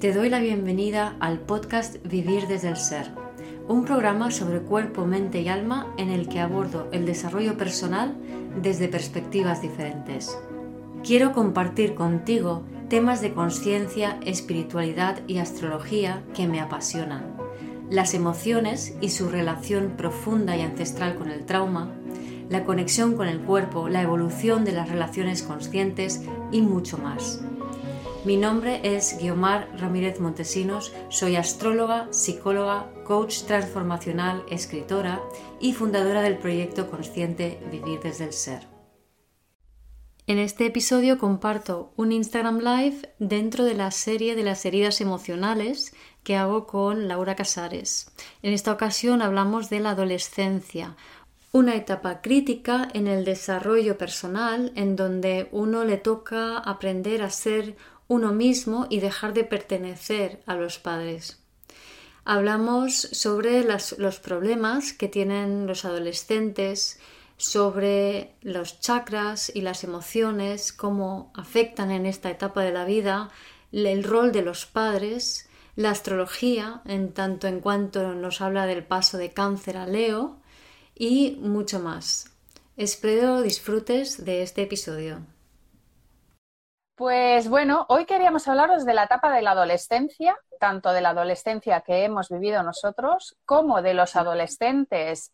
Te doy la bienvenida al podcast Vivir desde el Ser, un programa sobre cuerpo, mente y alma en el que abordo el desarrollo personal desde perspectivas diferentes. Quiero compartir contigo temas de conciencia, espiritualidad y astrología que me apasionan, las emociones y su relación profunda y ancestral con el trauma, la conexión con el cuerpo, la evolución de las relaciones conscientes y mucho más. Mi nombre es Guiomar Ramírez Montesinos, soy astróloga, psicóloga, coach transformacional, escritora y fundadora del proyecto consciente Vivir desde el Ser. En este episodio comparto un Instagram Live dentro de la serie de las heridas emocionales que hago con Laura Casares. En esta ocasión hablamos de la adolescencia, una etapa crítica en el desarrollo personal en donde uno le toca aprender a ser uno mismo y dejar de pertenecer a los padres. Hablamos sobre los problemas que tienen los adolescentes, sobre los chakras y las emociones, cómo afectan en esta etapa de la vida, el rol de los padres, la astrología, en tanto en cuanto nos habla del paso de Cáncer a Leo y mucho más. Espero disfrutes de este episodio. Pues bueno, hoy queríamos hablaros de la etapa de la adolescencia, tanto de la adolescencia que hemos vivido nosotros como de los adolescentes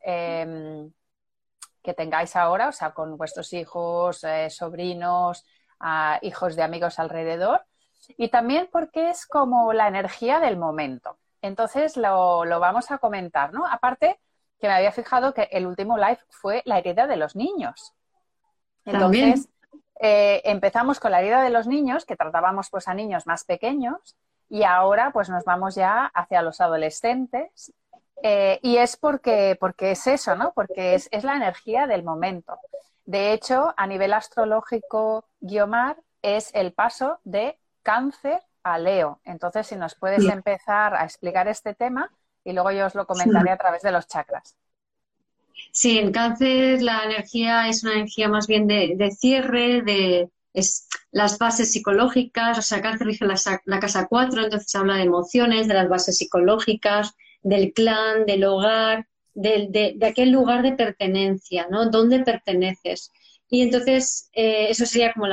que tengáis ahora, o sea, con vuestros hijos, sobrinos, hijos de amigos alrededor, y también porque es como la energía del momento. Entonces lo vamos a comentar, ¿no? Aparte que me había fijado que el último live fue la herida de los niños. Entonces, empezamos con la herida de los niños, que tratábamos pues a niños más pequeños, y ahora pues nos vamos ya hacia los adolescentes. Y es porque es eso, ¿no? Porque es la energía del momento. De hecho, a nivel astrológico, Guiomar, es el paso de Cáncer a Leo. Entonces, si nos puedes empezar a explicar este tema y luego yo os lo comentaré a través de los chakras. Sí, en Cáncer la energía es una energía más bien de cierre, es las bases psicológicas, o sea, Cáncer rige la casa 4, entonces habla de emociones, de las bases psicológicas, del clan, del hogar, de aquel lugar de pertenencia, ¿no? ¿Dónde perteneces? Y entonces eso sería como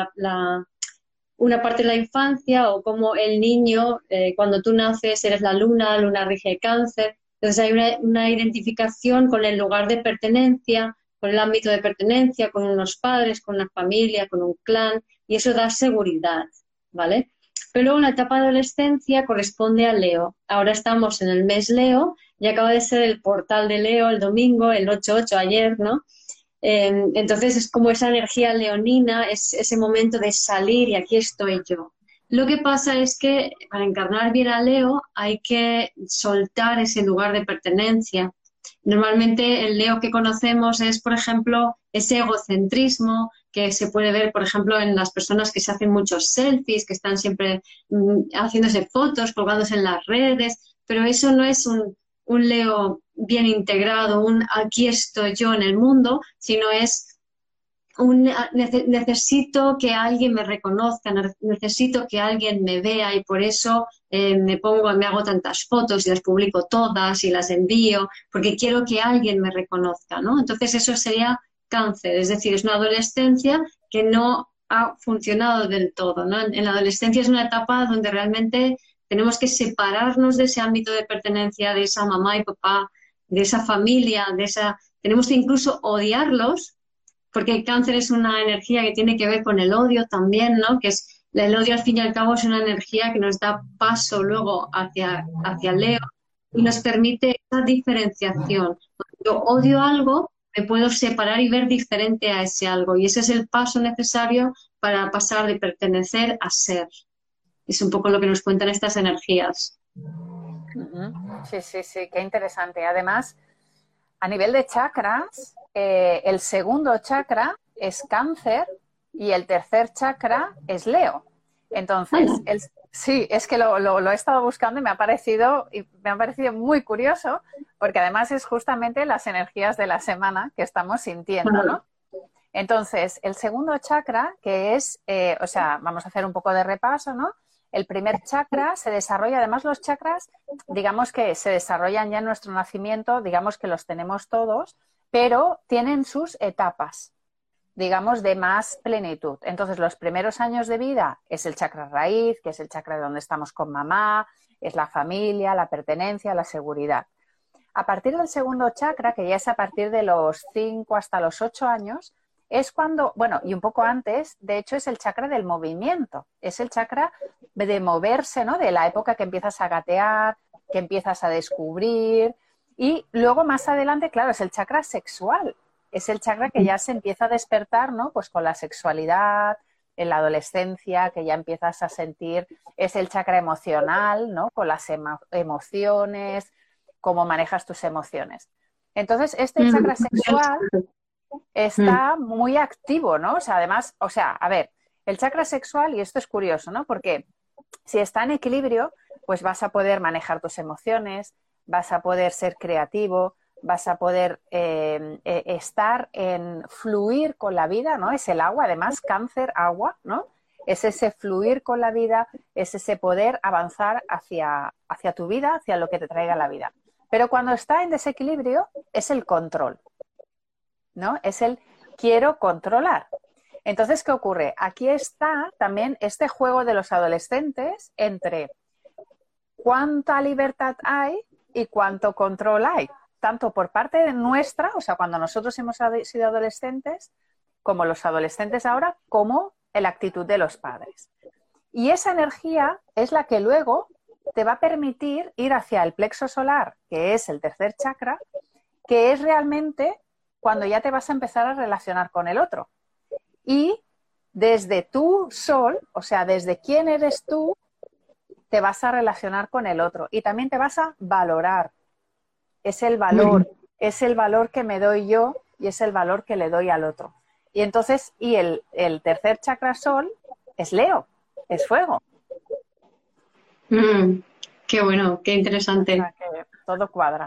una parte de la infancia o como el niño, cuando tú naces eres la luna rige Cáncer. Entonces hay una identificación con el lugar de pertenencia, con el ámbito de pertenencia, con unos padres, con una familia, con un clan, y eso da seguridad, ¿vale? Pero luego la etapa de adolescencia corresponde a Leo. Ahora estamos en el mes Leo y acaba de ser el portal de Leo el domingo, el 8-8 ayer, ¿no? Entonces es como esa energía leonina, es ese momento de salir y aquí estoy yo. Lo que pasa es que para encarnar bien a Leo hay que soltar ese lugar de pertenencia. Normalmente el Leo que conocemos es, por ejemplo, ese egocentrismo que se puede ver, por ejemplo, en las personas que se hacen muchos selfies, que están siempre haciéndose fotos, colgándose en las redes, pero eso no es un Leo bien integrado, un aquí estoy yo en el mundo, sino es necesito que alguien me reconozca, necesito que alguien me vea y por eso me hago tantas fotos y las publico todas y las envío porque quiero que alguien me reconozca, ¿no? Entonces eso sería Cáncer, es decir, es una adolescencia que no ha funcionado del todo, ¿no? En la adolescencia es una etapa donde realmente tenemos que separarnos de ese ámbito de pertenencia, de esa mamá y papá, de esa familia, tenemos que incluso odiarlos, porque el Cáncer es una energía que tiene que ver con el odio también, ¿no? Que es el odio al fin y al cabo es una energía que nos da paso luego hacia Leo y nos permite esa diferenciación. Cuando yo odio algo, me puedo separar y ver diferente a ese algo y ese es el paso necesario para pasar de pertenecer a ser. Es un poco lo que nos cuentan estas energías. Sí, qué interesante. Además, a nivel de chakras, el segundo chakra es Cáncer y el tercer chakra es Leo. Entonces, sí, es que lo he estado buscando y me ha parecido muy curioso porque además es justamente las energías de la semana que estamos sintiendo, ¿no? Entonces, el segundo chakra, que es, vamos a hacer un poco de repaso, ¿no? el primer chakra se desarrolla, además los chakras, digamos que se desarrollan ya en nuestro nacimiento, digamos que los tenemos todos, pero tienen sus etapas, digamos, de más plenitud. Entonces, los primeros años de vida es el chakra raíz, que es el chakra de donde estamos con mamá, es la familia, la pertenencia, la seguridad. A partir del segundo chakra, que ya es a partir de los 5 hasta los 8 años, es cuando, bueno, y un poco antes, de hecho, es el chakra del movimiento, es el chakra de moverse, ¿no? De la época que empiezas a gatear, que empiezas a descubrir, y luego más adelante, claro, es el chakra sexual, es el chakra que ya se empieza a despertar, ¿no? Pues con la sexualidad, en la adolescencia, que ya empiezas a sentir, es el chakra emocional, ¿no? Con las emociones, cómo manejas tus emociones. Entonces, este chakra sexual está muy activo, ¿no? O sea, además, o sea, a ver, el chakra sexual, y esto es curioso, ¿no? Porque si está en equilibrio, pues vas a poder manejar tus emociones, vas a poder ser creativo, vas a poder estar en fluir con la vida, ¿no? Es el agua, además, cáncer, agua, ¿no? Es ese fluir con la vida, es ese poder avanzar hacia tu vida, hacia lo que te traiga la vida. Pero cuando está en desequilibrio, es el control, ¿no? Es el quiero controlar. Entonces, ¿qué ocurre? Aquí está también este juego de los adolescentes entre cuánta libertad hay y cuánto control hay, tanto por parte de nuestra, o sea, cuando nosotros hemos sido adolescentes, como los adolescentes ahora, como en la actitud de los padres. Y esa energía es la que luego te va a permitir ir hacia el plexo solar, que es el tercer chakra, que es realmente cuando ya te vas a empezar a relacionar con el otro. Y desde tu sol, o sea, desde quién eres tú, te vas a relacionar con el otro. Y también te vas a valorar. Es el valor que me doy yo y es el valor que le doy al otro. Y entonces, y el tercer chakra sol es Leo, es fuego. Qué bueno, qué interesante. O sea, que todo cuadra.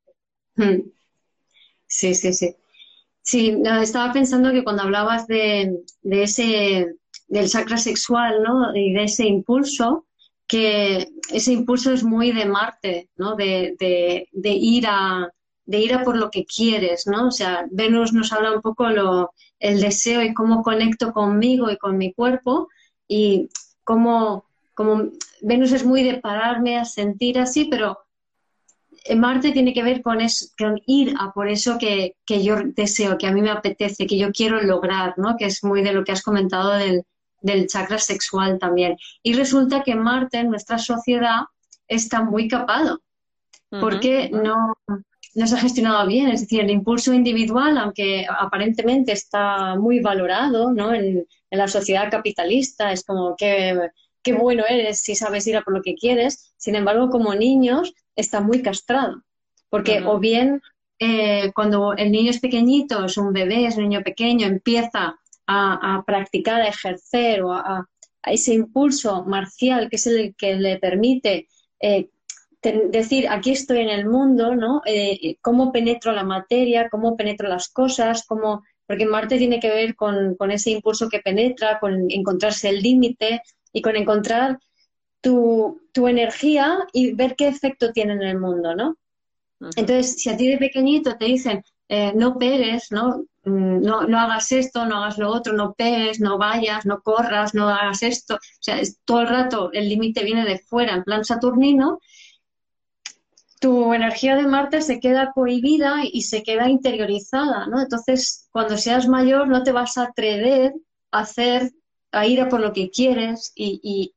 Sí, sí, sí. Sí, estaba pensando que cuando hablabas del chakra sexual, ¿no? Y de ese impulso, que ese impulso es muy de Marte, ¿no? De ir a por lo que quieres, ¿no? O sea, Venus nos habla un poco el deseo y cómo conecto conmigo y con mi cuerpo, y como Venus es muy de pararme a sentir así, pero Marte tiene que ver con ir a por eso que yo deseo, que a mí me apetece, que yo quiero lograr, ¿no? Que es muy de lo que has comentado del chakra sexual también. Y resulta que Marte en nuestra sociedad está muy capado, porque no se ha gestionado bien. Es decir, el impulso individual, aunque aparentemente está muy valorado, ¿no? En la sociedad capitalista, es como que qué bueno eres si sabes ir a por lo que quieres. Sin embargo, como niños está muy castrado, porque o bien cuando el niño es pequeñito, es un bebé, es un niño pequeño, empieza a practicar, a ejercer o a ese impulso marcial que es el que le permite decir, aquí estoy en el mundo, ¿no? Cómo penetro la materia, cómo penetro las cosas, porque Marte tiene que ver con ese impulso que penetra, con encontrarse el límite y con encontrar tu energía y ver qué efecto tiene en el mundo, ¿no? Entonces, si a ti de pequeñito te dicen, no pegues, ¿no? No hagas esto, no hagas lo otro, no pegues, no vayas, no corras, no hagas esto, o sea, todo el rato el límite viene de fuera, en plan saturnino, tu energía de Marte se queda cohibida y se queda interiorizada, ¿no? Entonces, cuando seas mayor no te vas a atrever a ir a por lo que quieres y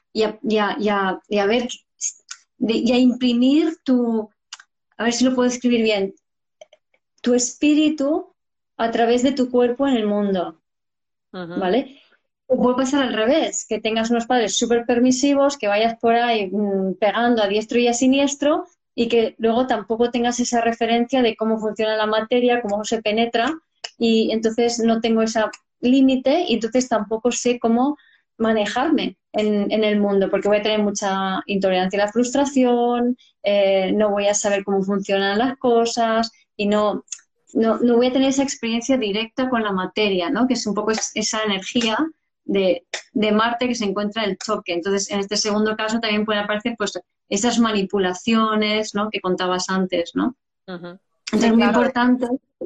a ver, y a imprimir a ver si lo puedo escribir bien, tu espíritu a través de tu cuerpo en el mundo, ¿vale? O puede pasar al revés, que tengas unos padres súper permisivos, que vayas por ahí pegando a diestro y a siniestro y que luego tampoco tengas esa referencia de cómo funciona la materia, cómo se penetra, y entonces no tengo ese límite y entonces tampoco sé cómo manejarme en el mundo, porque voy a tener mucha intolerancia a la frustración, no voy a saber cómo funcionan las cosas y no voy a tener esa experiencia directa con la materia, ¿no? Que es un poco esa energía de Marte que se encuentra el choque. Entonces, en este segundo caso también pueden aparecer pues esas manipulaciones, ¿no?, que contabas antes, ¿no? Ujú. Entonces, Sí, es muy claro. importante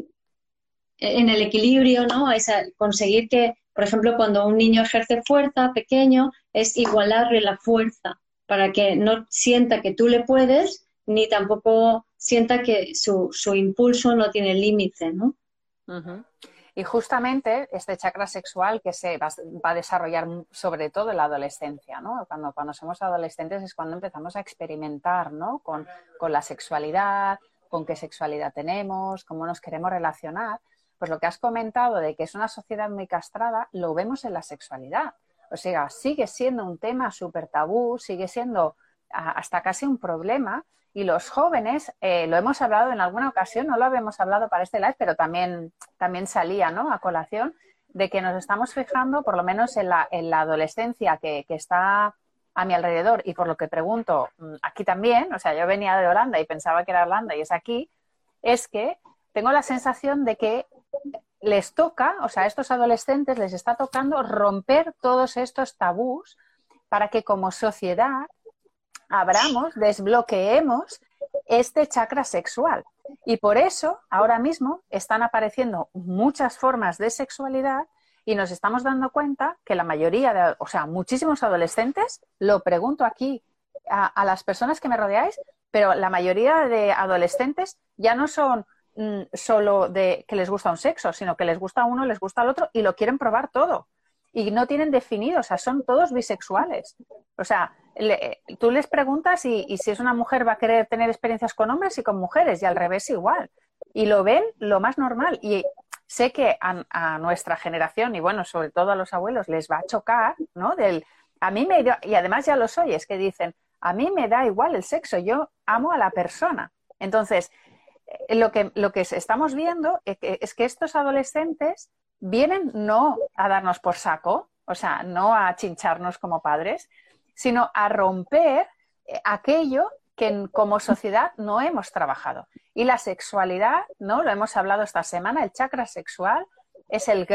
en el equilibrio, ¿no? Conseguir que, por ejemplo, cuando un niño ejerce fuerza pequeño, es igualarle la fuerza para que no sienta que tú le puedes, ni tampoco sienta que su impulso no tiene límite, ¿no? Ujú. Y justamente este chakra sexual que se va a desarrollar sobre todo en la adolescencia, ¿no? Cuando somos adolescentes es cuando empezamos a experimentar, ¿no?, con la sexualidad, con qué sexualidad tenemos, cómo nos queremos relacionar. Pues lo que has comentado de que es una sociedad muy castrada, lo vemos en la sexualidad. O sea, sigue siendo un tema súper tabú, sigue siendo hasta casi un problema. Y los jóvenes, lo hemos hablado en alguna ocasión, no lo habíamos hablado para este live, pero también salía, ¿no?, a colación, de que nos estamos fijando, por lo menos en la adolescencia que está a mi alrededor, y por lo que pregunto, aquí también, o sea, yo venía de Holanda y pensaba que era Holanda y es aquí, es que tengo la sensación de que les toca, o sea, a estos adolescentes les está tocando romper todos estos tabús para que como sociedad abramos, desbloqueemos este chakra sexual. Y por eso ahora mismo están apareciendo muchas formas de sexualidad y nos estamos dando cuenta que la mayoría, o sea, muchísimos adolescentes, lo pregunto aquí a las personas que me rodeáis, pero la mayoría de adolescentes ya no son solo de que les gusta un sexo, sino que les gusta a uno, les gusta al otro y lo quieren probar todo. Y no tienen definido, o sea, son todos bisexuales. O sea, tú les preguntas y si es una mujer va a querer tener experiencias con hombres y con mujeres y al revés igual. Y lo ven lo más normal. Y sé que a nuestra generación y bueno, sobre todo a los abuelos les va a chocar, ¿no? A mí y además ya los oyes que dicen, a mí me da igual el sexo, yo amo a la persona. Entonces, lo que estamos viendo es que estos adolescentes vienen no a darnos por saco, o sea, no a chincharnos como padres, sino a romper aquello que como sociedad no hemos trabajado. Y la sexualidad, ¿no? Lo hemos hablado esta semana, el chakra sexual es el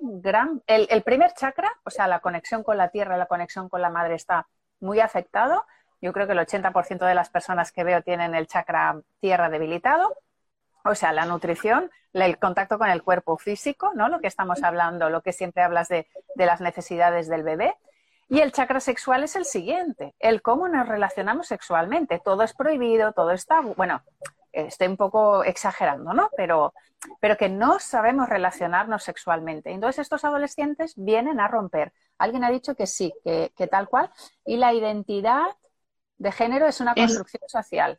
el primer chakra, o sea, la conexión con la tierra, la conexión con la madre está muy afectado. Yo creo que el 80% de las personas que veo tienen el chakra tierra debilitado. O sea, la nutrición, el contacto con el cuerpo físico, ¿no? Lo que estamos hablando, lo que siempre hablas de las necesidades del bebé. Y el chakra sexual es el siguiente, el cómo nos relacionamos sexualmente. Todo es prohibido, todo está... Bueno, estoy un poco exagerando, ¿no? Pero que no sabemos relacionarnos sexualmente. Entonces estos adolescentes vienen a romper. Alguien ha dicho que sí, que tal cual. Y la identidad de género es una construcción social.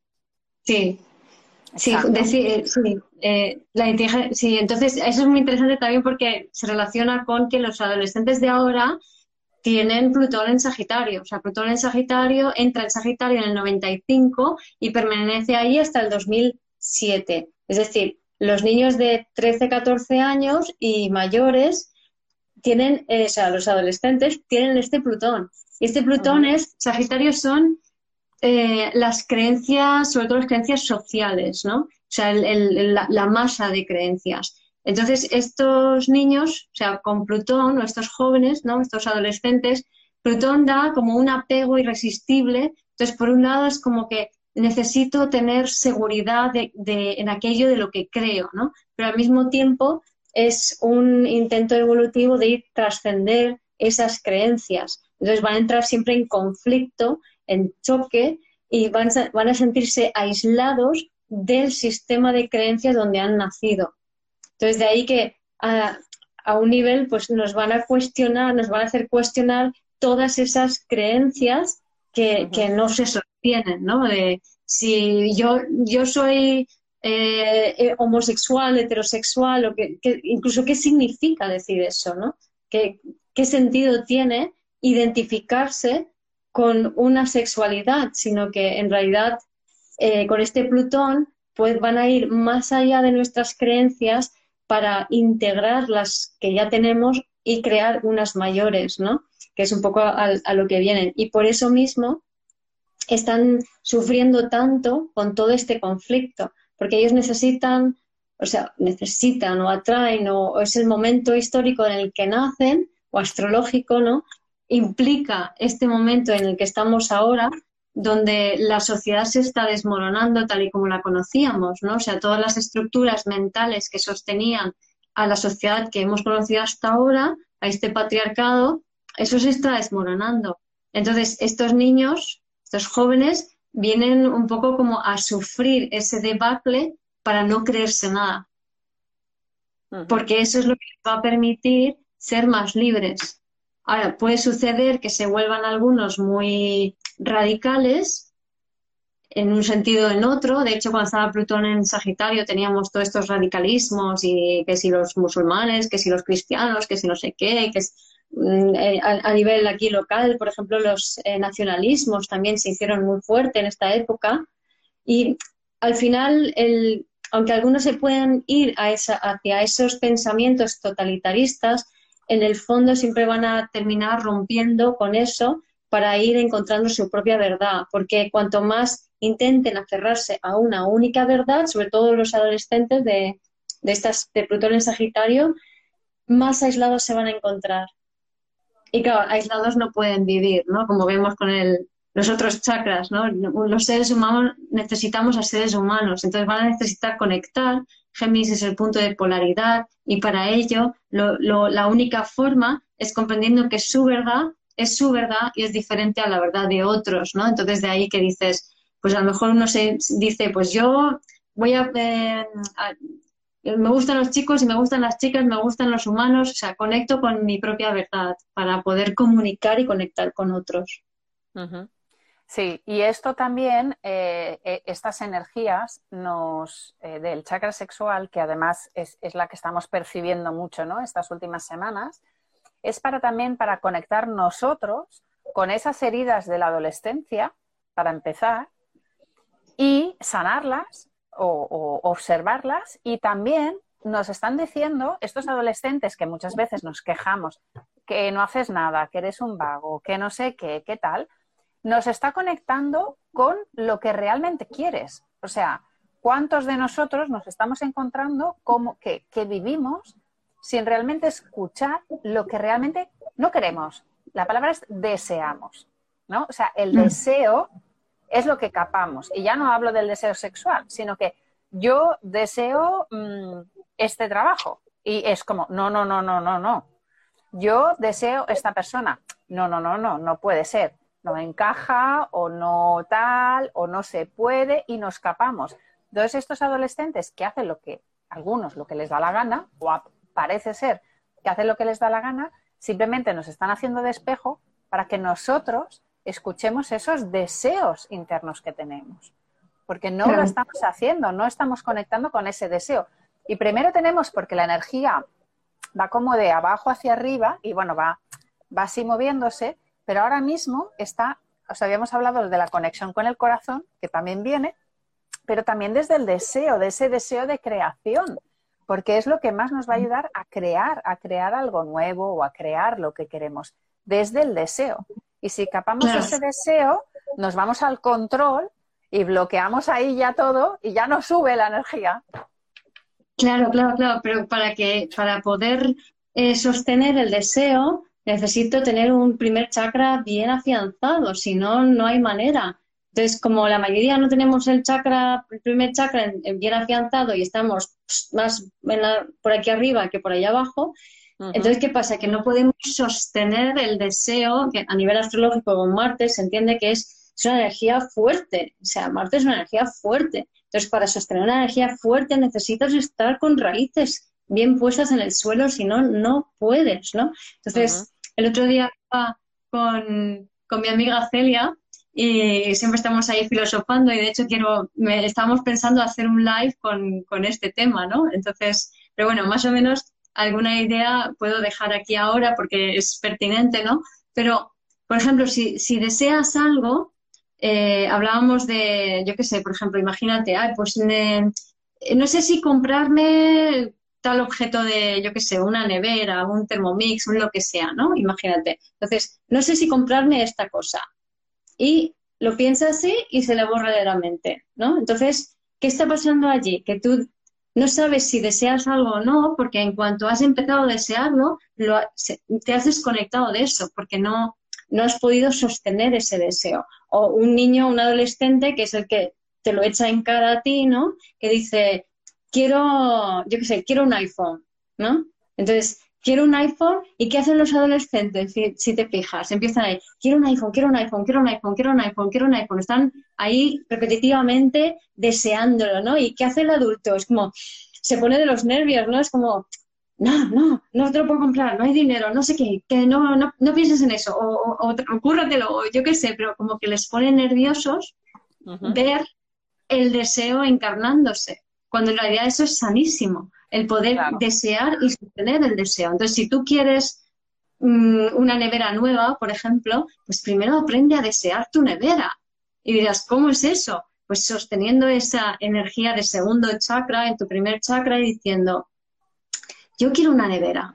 Sí. Sí, sí, entonces eso es muy interesante también porque se relaciona con que los adolescentes de ahora tienen Plutón en Sagitario. O sea, Plutón en Sagitario entra en Sagitario en el 95 y permanece ahí hasta el 2007. Es decir, los niños de 13, 14 años y mayores tienen, o sea, los adolescentes tienen este Plutón. Y este Plutón Sagitario son las creencias, sobre todo las creencias sociales, ¿no? O sea, la masa de creencias. Entonces, estos niños, o sea, con Plutón, o estos jóvenes, ¿no?, estos adolescentes, Plutón da como un apego irresistible. Entonces, por un lado, es como que necesito tener seguridad en aquello de lo que creo, ¿no? Pero al mismo tiempo es un intento evolutivo de ir trascender esas creencias. Entonces, van a entrar siempre en conflicto, en choque, y van a sentirse aislados del sistema de creencias donde han nacido. Entonces, de ahí que a un nivel pues nos van a cuestionar, nos van a hacer cuestionar todas esas creencias que no se sostienen, ¿no? De si yo soy homosexual, heterosexual, o incluso qué significa decir eso, ¿no? ¿Qué sentido tiene identificarse con una sexualidad? Sino que en realidad con este Plutón pues van a ir más allá de nuestras creencias para integrar las que ya tenemos y crear unas mayores, ¿no? Que es un poco a lo que vienen. Y por eso mismo están sufriendo tanto con todo este conflicto, porque ellos necesitan o atraen, o es el momento histórico en el que nacen o astrológico, ¿no? Implica este momento en el que estamos ahora, donde la sociedad se está desmoronando tal y como la conocíamos, ¿no? O sea, todas las estructuras mentales que sostenían a la sociedad que hemos conocido hasta ahora, a este patriarcado, eso se está desmoronando. Entonces, estos niños, estos jóvenes, vienen un poco como a sufrir ese debacle para no creerse nada. Porque eso es lo que les va a permitir ser más libres. Ahora, puede suceder que se vuelvan algunos muy radicales en un sentido o en otro. De hecho, cuando estaba Plutón en Sagitario teníamos todos estos radicalismos y que si los musulmanes, que si los cristianos, que si no sé qué, que a nivel aquí local, por ejemplo, los nacionalismos también se hicieron muy fuerte en esta época y al final, aunque algunos se puedan ir hacia esos pensamientos totalitaristas, en el fondo siempre van a terminar rompiendo con eso para ir encontrando su propia verdad, porque cuanto más intenten aferrarse a una única verdad, sobre todo los adolescentes de Plutón en Sagitario, más aislados se van a encontrar. Y claro, aislados no pueden vivir, ¿no? Como vemos con los otros chakras, ¿no? Los seres humanos necesitamos a seres humanos, entonces van a necesitar conectar. Géminis es el punto de polaridad y para ello la única forma es comprendiendo que su verdad es su verdad y es diferente a la verdad de otros, ¿no? Entonces de ahí que dices, pues a lo mejor uno se dice, pues yo voy me gustan los chicos y me gustan las chicas, me gustan los humanos, o sea, conecto con mi propia verdad para poder comunicar y conectar con otros. Sí, y esto también, estas energías del chakra sexual, que además es la que estamos percibiendo mucho, ¿no? Estas últimas semanas, es también para conectar nosotros con esas heridas de la adolescencia, para empezar, y sanarlas o observarlas, y también nos están diciendo estos adolescentes que muchas veces nos quejamos que no haces nada, que eres un vago, que no sé qué tal, nos está conectando con lo que realmente quieres. O sea, ¿cuántos de nosotros nos estamos encontrando como que vivimos sin realmente escuchar lo que realmente no queremos? La palabra es deseamos, ¿no? O sea, el deseo es lo que capamos. Y ya no hablo del deseo sexual, sino que yo deseo este trabajo. Y es como, no. Yo deseo esta persona. No puede ser. No encaja o no tal o no se puede y nos escapamos. Entonces estos adolescentes que hacen algunos lo que les da la gana, o parece ser que hacen lo que les da la gana, simplemente nos están haciendo de espejo para que nosotros escuchemos esos deseos internos que tenemos. Porque no lo estamos haciendo, no estamos conectando con ese deseo. Y primero tenemos, porque la energía va como de abajo hacia arriba y bueno, va así moviéndose, pero ahora mismo habíamos hablado de la conexión con el corazón, que también viene, pero también desde el deseo, de ese deseo de creación, porque es lo que más nos va a ayudar a crear algo nuevo o a crear lo que queremos, desde el deseo. Y si capamos ese deseo, nos vamos al control y bloqueamos ahí ya todo y ya nos sube la energía. Claro, pero para poder sostener el deseo necesito tener un primer chakra bien afianzado, si no, no hay manera. Entonces, como la mayoría no tenemos el primer chakra bien afianzado y estamos más por aquí arriba que por allá abajo, entonces, ¿qué pasa? Que no podemos sostener el deseo, que a nivel astrológico con Marte se entiende que es una energía fuerte, o sea, Marte es una energía fuerte. Entonces, para sostener una energía fuerte necesitas estar con raíces bien puestas en el suelo, si no, no puedes, ¿no? Entonces, el otro día estaba con mi amiga Celia y siempre estamos ahí filosofando y de hecho estábamos pensando hacer un live con este tema, ¿no? Entonces, pero bueno, más o menos alguna idea puedo dejar aquí ahora porque es pertinente, ¿no? Pero, por ejemplo, si deseas algo, hablábamos de, yo qué sé, por ejemplo, imagínate, pues no sé si comprarme tal objeto de, yo qué sé, una nevera, un Thermomix, un lo que sea, ¿no? Imagínate. Entonces, no sé si comprarme esta cosa. Y lo piensas así y se le borra de la mente, ¿no? Entonces, ¿qué está pasando allí? Que tú no sabes si deseas algo o no, porque en cuanto has empezado a desearlo, te has desconectado de eso porque no has podido sostener ese deseo. O un niño, un adolescente que es el que te lo echa en cara a ti, ¿no? Que dice, quiero un iPhone, ¿no? Entonces, quiero un iPhone, ¿y qué hacen los adolescentes? Si te fijas, empiezan ahí, quiero un iPhone, quiero un iPhone, quiero un iPhone, quiero un iPhone, quiero un iPhone. Están ahí repetitivamente deseándolo, ¿no? ¿Y qué hace el adulto? Es como, se pone de los nervios, ¿no? Es como, no te lo puedo comprar, no hay dinero, no sé qué, que no pienses en eso, o cúrratelo, o yo qué sé, pero como que les pone nerviosos ver el deseo encarnándose, cuando en realidad eso es sanísimo, el poder desear y sostener el deseo. Entonces, si tú quieres una nevera nueva, por ejemplo, pues primero aprende a desear tu nevera. Y dirás, ¿cómo es eso? Pues sosteniendo esa energía de segundo chakra, en tu primer chakra, y diciendo, yo quiero una nevera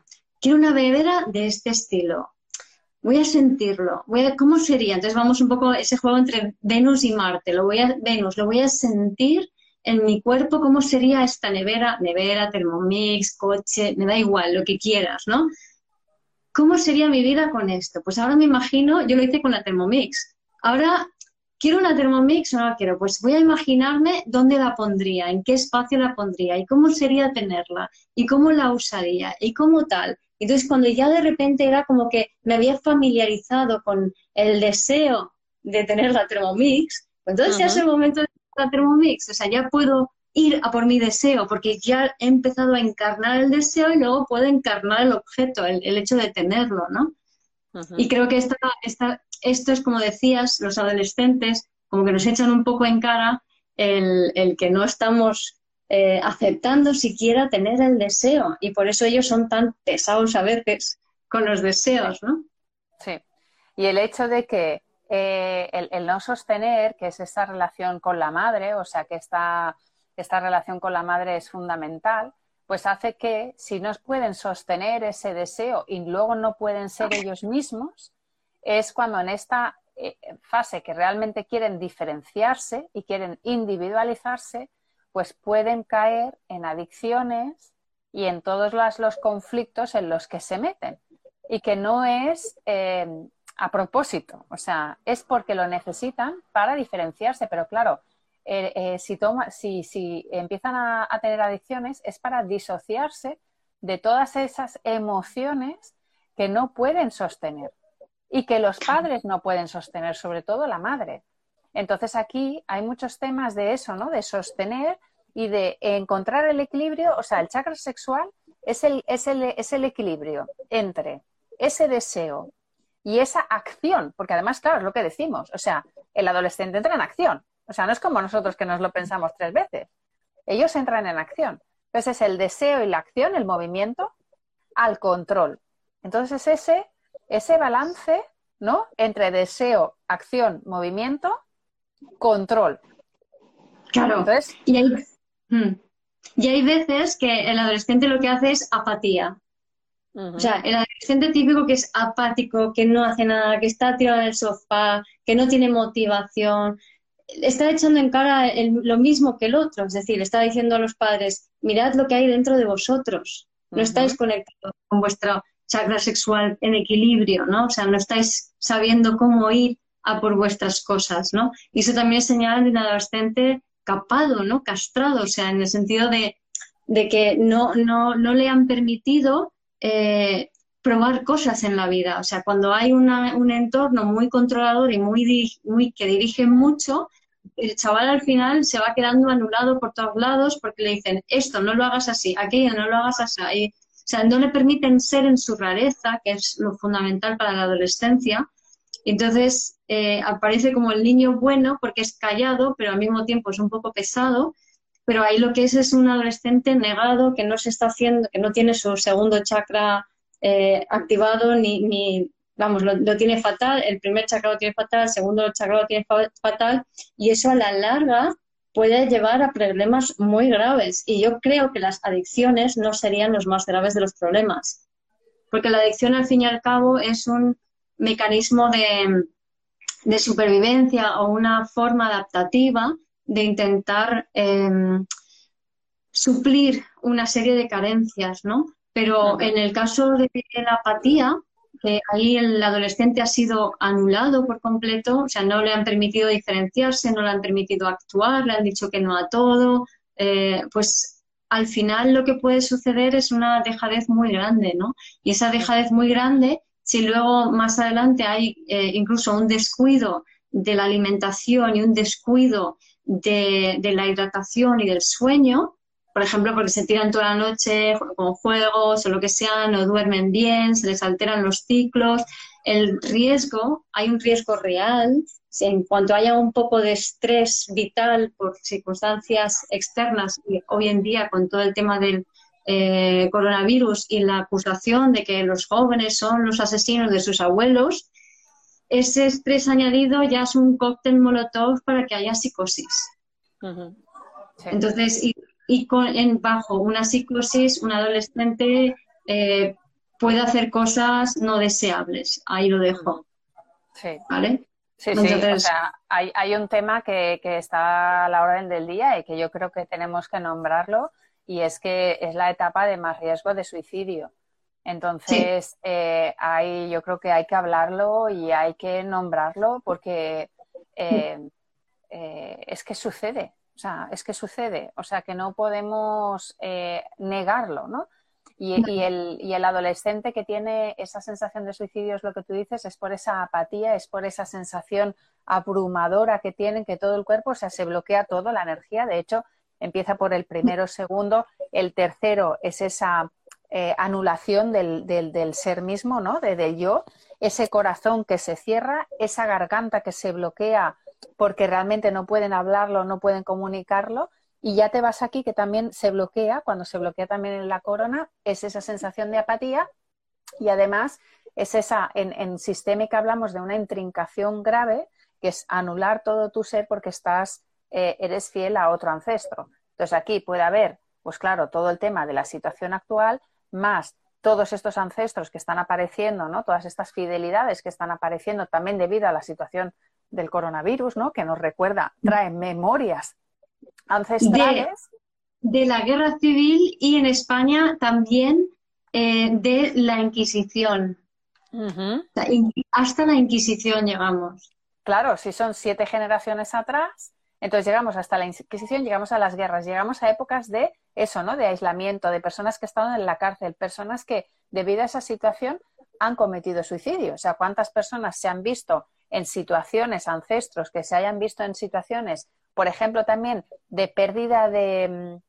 de este estilo. Voy a sentirlo, ¿cómo sería? Entonces vamos un poco ese juego entre Venus y Marte. Lo voy a sentir en mi cuerpo, ¿cómo sería esta nevera, Thermomix, coche, me da igual, lo que quieras, ¿no? ¿Cómo sería mi vida con esto? Pues ahora me imagino, yo lo hice con la Thermomix. Ahora, ¿quiero una Thermomix o no la quiero? Pues voy a imaginarme dónde la pondría, en qué espacio la pondría y cómo sería tenerla y cómo la usaría y cómo tal. Entonces, cuando ya de repente era como que me había familiarizado con el deseo de tener la Thermomix, pues entonces ya es el momento de tener la Thermomix. O sea, ya puedo ir a por mi deseo porque ya he empezado a encarnar el deseo y luego puedo encarnar el objeto, el hecho de tenerlo, ¿no? Y creo que esto es, como decías, los adolescentes como que nos echan un poco en cara el que no estamos aceptando siquiera tener el deseo, y por eso ellos son tan pesados a veces con los deseos, ¿no? Sí, y el hecho de que el no sostener, que es esta relación con la madre, o sea que esta relación con la madre es fundamental, pues hace que si no pueden sostener ese deseo y luego no pueden ser ellos mismos, es cuando en esta fase que realmente quieren diferenciarse y quieren individualizarse, pues pueden caer en adicciones y en todos los conflictos en los que se meten. Y que no es a propósito, o sea, es porque lo necesitan para diferenciarse, pero claro, si empiezan a tener adicciones es para disociarse de todas esas emociones que no pueden sostener y que los padres no pueden sostener, sobre todo la madre. Entonces aquí hay muchos temas de eso, ¿no? De sostener y de encontrar el equilibrio. O sea, el chakra sexual es el equilibrio entre ese deseo y esa acción, porque además, claro, es lo que decimos, o sea, el adolescente entra en acción. O sea, no es como nosotros que nos lo pensamos 3 veces. Ellos entran en acción. Entonces es el deseo y la acción, el movimiento, al control. Entonces es ese balance, ¿no? Entre deseo, acción, movimiento, control. Claro. Entonces, y hay veces que el adolescente lo que hace es apatía. O sea, el adolescente típico que es apático, que no hace nada, que está tirado en el sofá, que no tiene motivación, está echando en cara lo mismo que el otro. Es decir, está diciendo a los padres, mirad lo que hay dentro de vosotros. No estáis conectados con vuestra chakra sexual en equilibrio, ¿no? O sea, no estáis sabiendo cómo ir a por vuestras cosas, ¿no? Y eso también es señal de un adolescente capado, ¿no? Castrado, o sea, en el sentido de que no le han permitido probar cosas en la vida. O sea, cuando hay un entorno muy controlador y muy que dirige mucho, el chaval al final se va quedando anulado por todos lados porque le dicen esto no lo hagas así, aquello no lo hagas así. O sea, no le permiten ser en su rareza, que es lo fundamental para la adolescencia. Entonces aparece como el niño bueno porque es callado, pero al mismo tiempo es un poco pesado. Pero ahí lo que es un adolescente negado, que no se está haciendo, que no tiene su segundo chakra activado, vamos, lo tiene fatal. El primer chakra lo tiene fatal, el segundo chakra lo tiene fatal, y eso a la larga puede llevar a problemas muy graves. Y yo creo que las adicciones no serían los más graves de los problemas, porque la adicción al fin y al cabo es un mecanismo de supervivencia o una forma adaptativa de intentar suplir una serie de carencias, ¿no? Pero en el caso de la apatía, que ahí el adolescente ha sido anulado por completo, o sea, no le han permitido diferenciarse, no le han permitido actuar, le han dicho que no a todo, pues al final lo que puede suceder es una dejadez muy grande, ¿no? Y esa dejadez muy grande, si luego más adelante hay incluso un descuido de la alimentación y un descuido de la hidratación y del sueño, por ejemplo, porque se tiran toda la noche con juegos o lo que sea, no duermen bien, se les alteran los ciclos. El riesgo, hay un riesgo real, en cuanto haya un poco de estrés vital por circunstancias externas, y hoy en día con todo el tema del coronavirus y la acusación de que los jóvenes son los asesinos de sus abuelos, ese estrés añadido ya es un cóctel molotov para que haya psicosis. Sí. Entonces, bajo una psicosis, un adolescente puede hacer cosas no deseables. Ahí lo dejo. Sí. ¿Vale? Sí, entonces, sí. O sea, hay un tema que está a la orden del día y que yo creo que tenemos que nombrarlo, y es que es la etapa de más riesgo de suicidio. Entonces, sí. Yo creo que hay que hablarlo y hay que nombrarlo porque es que sucede. O sea, es que sucede. O sea, que no podemos negarlo, ¿no? Y el adolescente que tiene esa sensación de suicidio, es lo que tú dices, es por esa apatía, es por esa sensación abrumadora que tienen, que todo el cuerpo, o sea, se bloquea todo, la energía. De hecho, empieza por el primero, segundo, el tercero es esa anulación del ser mismo, ¿no? Del yo, ese corazón que se cierra, esa garganta que se bloquea porque realmente no pueden hablarlo, no pueden comunicarlo. Y ya te vas aquí, que también se bloquea, cuando se bloquea también en la corona, es esa sensación de apatía, y además es esa, en sistémica hablamos de una intrincación grave, que es anular todo tu ser porque eres fiel a otro ancestro. Entonces aquí puede haber, pues claro, todo el tema de la situación actual, más todos estos ancestros que están apareciendo, ¿no? Todas estas fidelidades que están apareciendo también debido a la situación del coronavirus, ¿no? Que nos recuerda, trae memorias ancestrales. De la guerra civil, y en España también de la Inquisición. Hasta la Inquisición llegamos. Claro, si son 7 generaciones atrás, entonces llegamos hasta la Inquisición, llegamos a las guerras, llegamos a épocas de eso, ¿no? De aislamiento, de personas que estaban en la cárcel, personas que debido a esa situación han cometido suicidio. O sea, ¿cuántas personas se han visto en situaciones, ancestros que se hayan visto en situaciones, por ejemplo, también de pérdida de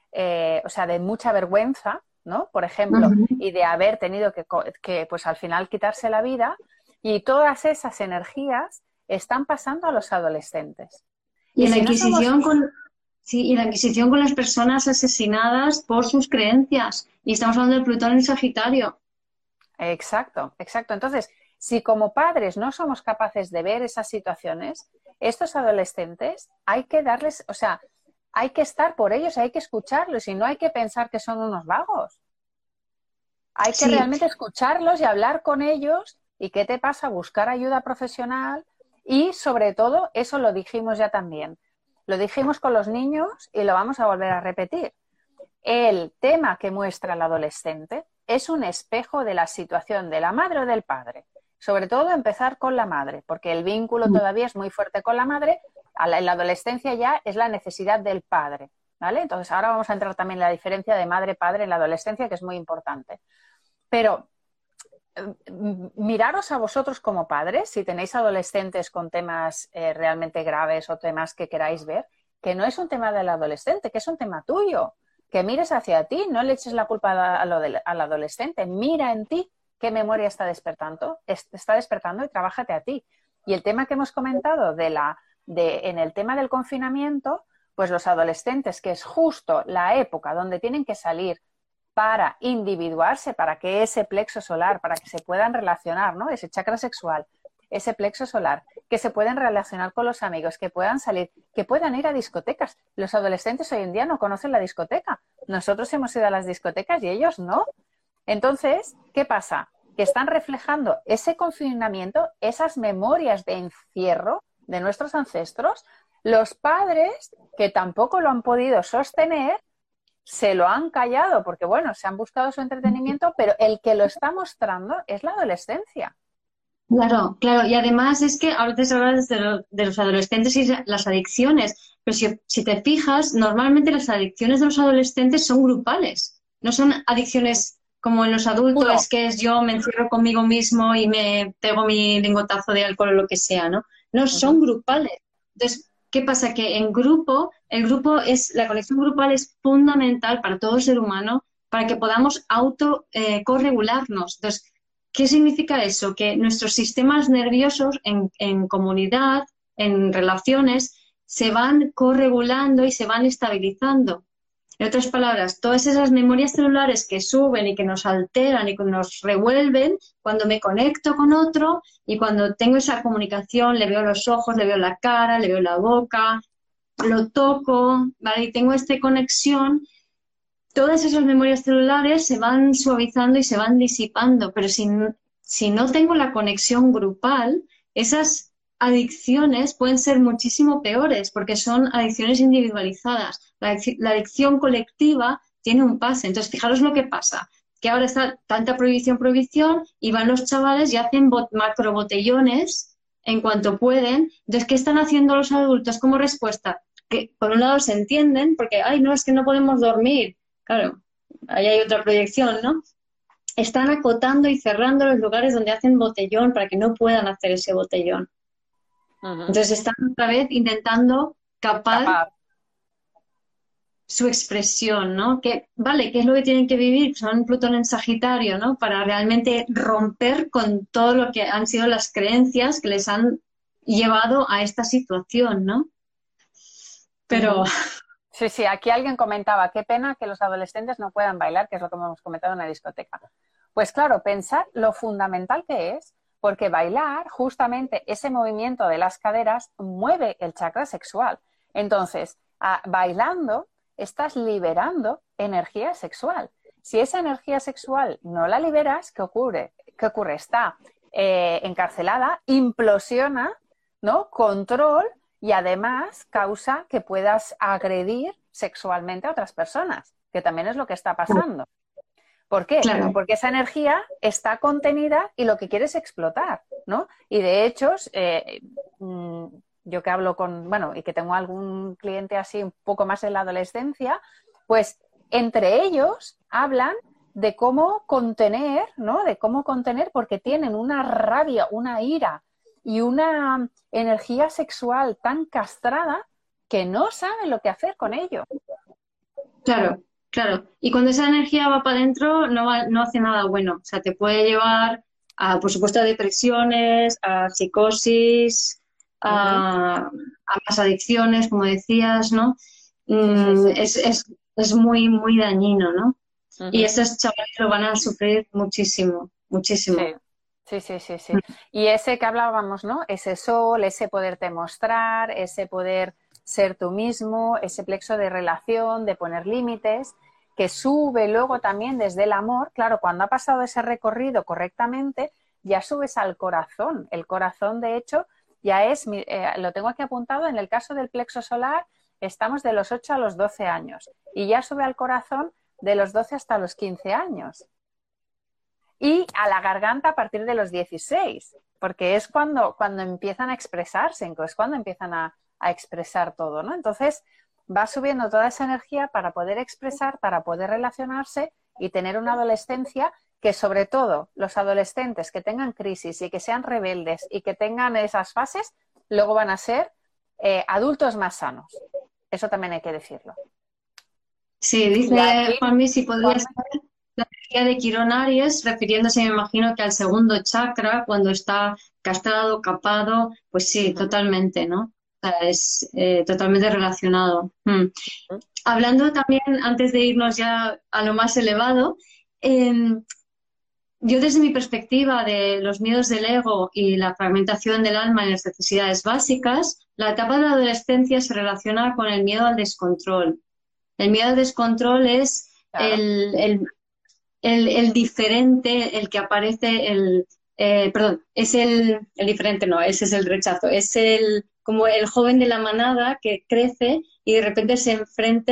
mucha vergüenza, ¿no? Por ejemplo, y de haber tenido que pues al final quitarse la vida, y todas esas energías están pasando a los adolescentes. Y la Inquisición y la Inquisición con las personas asesinadas por sus creencias. Y estamos hablando de Plutón en Sagitario. Exacto, exacto. Entonces, si como padres no somos capaces de ver esas situaciones, estos adolescentes hay que darles, o sea, hay que estar por ellos, hay que escucharlos, y no hay que pensar que son unos vagos. Hay que realmente escucharlos y hablar con ellos. ¿Y qué te pasa? Buscar ayuda profesional. Y sobre todo, eso lo dijimos ya también. Lo dijimos con los niños y lo vamos a volver a repetir. El tema que muestra el adolescente es un espejo de la situación de la madre o del padre. Sobre todo empezar con la madre, porque el vínculo todavía es muy fuerte con la madre. En la adolescencia ya es la necesidad del padre, ¿vale? Entonces ahora vamos a entrar también en la diferencia de madre-padre en la adolescencia, que es muy importante. Pero miraros a vosotros como padres, si tenéis adolescentes con temas realmente graves o temas que queráis ver, que no es un tema del adolescente, que es un tema tuyo. Que mires hacia ti, no le eches la culpa al adolescente, mira en ti qué memoria está despertando y trabájate a ti. Y el tema que hemos comentado en el tema del confinamiento, pues los adolescentes, que es justo la época donde tienen que salir para individuarse, para que ese plexo solar, para que se puedan relacionar, ¿no? Ese chakra sexual, ese plexo solar, que se pueden relacionar con los amigos, que puedan salir, que puedan ir a discotecas. Los adolescentes hoy en día no conocen la discoteca. Nosotros hemos ido a las discotecas y ellos no. Entonces, ¿qué pasa? Que están reflejando ese confinamiento, esas memorias de encierro de nuestros ancestros, los padres que tampoco lo han podido sostener, se lo han callado porque, bueno, se han buscado su entretenimiento, pero el que lo está mostrando es la adolescencia. Claro, claro. Y además es que a veces hablas de los adolescentes y las adicciones, pero si te fijas, normalmente las adicciones de los adolescentes son grupales, no son adicciones como en los adultos, Uno. que es yo me encierro conmigo mismo y me pego mi lingotazo de alcohol o lo que sea, ¿no? No, son grupales. Entonces, ¿qué pasa? Que en grupo, la conexión grupal es fundamental para todo ser humano para que podamos corregularnos. Entonces, ¿qué significa eso? Que nuestros sistemas nerviosos en comunidad, en relaciones, se van corregulando y se van estabilizando. En otras palabras, todas esas memorias celulares que suben y que nos alteran y que nos revuelven, cuando me conecto con otro y cuando tengo esa comunicación, le veo los ojos, le veo la cara, le veo la boca, lo toco, ¿vale? Y tengo esta conexión, todas esas memorias celulares se van suavizando y se van disipando, pero si no tengo la conexión grupal, esas adicciones pueden ser muchísimo peores porque son adicciones individualizadas. La adicción colectiva tiene un pase. Entonces, fijaros lo que pasa, que ahora está tanta prohibición y van los chavales y hacen macrobotellones en cuanto pueden. Entonces, ¿qué están haciendo los adultos como respuesta? Que por un lado se entienden porque, ay, no, es que no podemos dormir. Claro, ahí hay otra proyección, ¿no? Están acotando y cerrando los lugares donde hacen botellón para que no puedan hacer ese botellón. Entonces están otra vez intentando capar su expresión, ¿no? Que, vale, ¿qué es lo que tienen que vivir? Son Plutón en Sagitario, ¿no? Para realmente romper con todo lo que han sido las creencias que les han llevado a esta situación, ¿no? Pero... Sí, sí, aquí alguien comentaba, qué pena que los adolescentes no puedan bailar, que es lo que hemos comentado en la discoteca. Pues claro, pensar lo fundamental que es, porque bailar, justamente ese movimiento de las caderas, mueve el chakra sexual. Entonces, bailando, estás liberando energía sexual. Si esa energía sexual no la liberas, ¿qué ocurre? ¿Qué ocurre? Está encarcelada, implosiona, ¿no? Control. Y además causa que puedas agredir sexualmente a otras personas, que también es lo que está pasando. ¿Por qué? Claro. Porque esa energía está contenida y lo que quiere es explotar, ¿no? Y de hecho, yo que hablo y que tengo algún cliente así un poco más en la adolescencia, pues entre ellos hablan de cómo contener, ¿no? De cómo contener porque tienen una rabia, una ira y una energía sexual tan castrada que no saben lo que hacer con ello. Claro, claro. Y cuando esa energía va para adentro, no hace nada bueno. O sea, te puede llevar a, por supuesto, a depresiones, a psicosis, a más adicciones, como decías, ¿no? Es muy, muy dañino, ¿no? Y esos chavales lo van a sufrir muchísimo, muchísimo. Sí. Y ese que hablábamos, ¿no? Ese sol, ese poderte mostrar, ese poder ser tú mismo, ese plexo de relación, de poner límites, que sube luego también desde el amor. Claro, cuando ha pasado ese recorrido correctamente, ya subes al corazón. El corazón, de hecho, ya es, lo tengo aquí apuntado, en el caso del plexo solar, estamos de los 8 a los 12 años y ya sube al corazón de los 12 hasta los 15 años. Y a la garganta a partir de los 16, porque es cuando empiezan a expresarse, es cuando empiezan a expresar todo, ¿no? Entonces va subiendo toda esa energía para poder expresar, para poder relacionarse y tener una adolescencia que, sobre todo, los adolescentes que tengan crisis y que sean rebeldes y que tengan esas fases, luego van a ser adultos más sanos. Eso también hay que decirlo. Sí, dice Juanmi, si podría ser la energía de Quirón Aries, refiriéndose, me imagino, que al segundo chakra, cuando está castrado, capado, pues sí, totalmente, ¿no? O sea, es totalmente relacionado. Hablando también, antes de irnos ya a lo más elevado, yo desde mi perspectiva de los miedos del ego y la fragmentación del alma en las necesidades básicas, la etapa de la adolescencia se relaciona con el miedo al descontrol. El miedo al descontrol es el diferente, el que aparece, es el diferente, no, ese es el rechazo, es como el joven de la manada que crece y de repente se enfrenta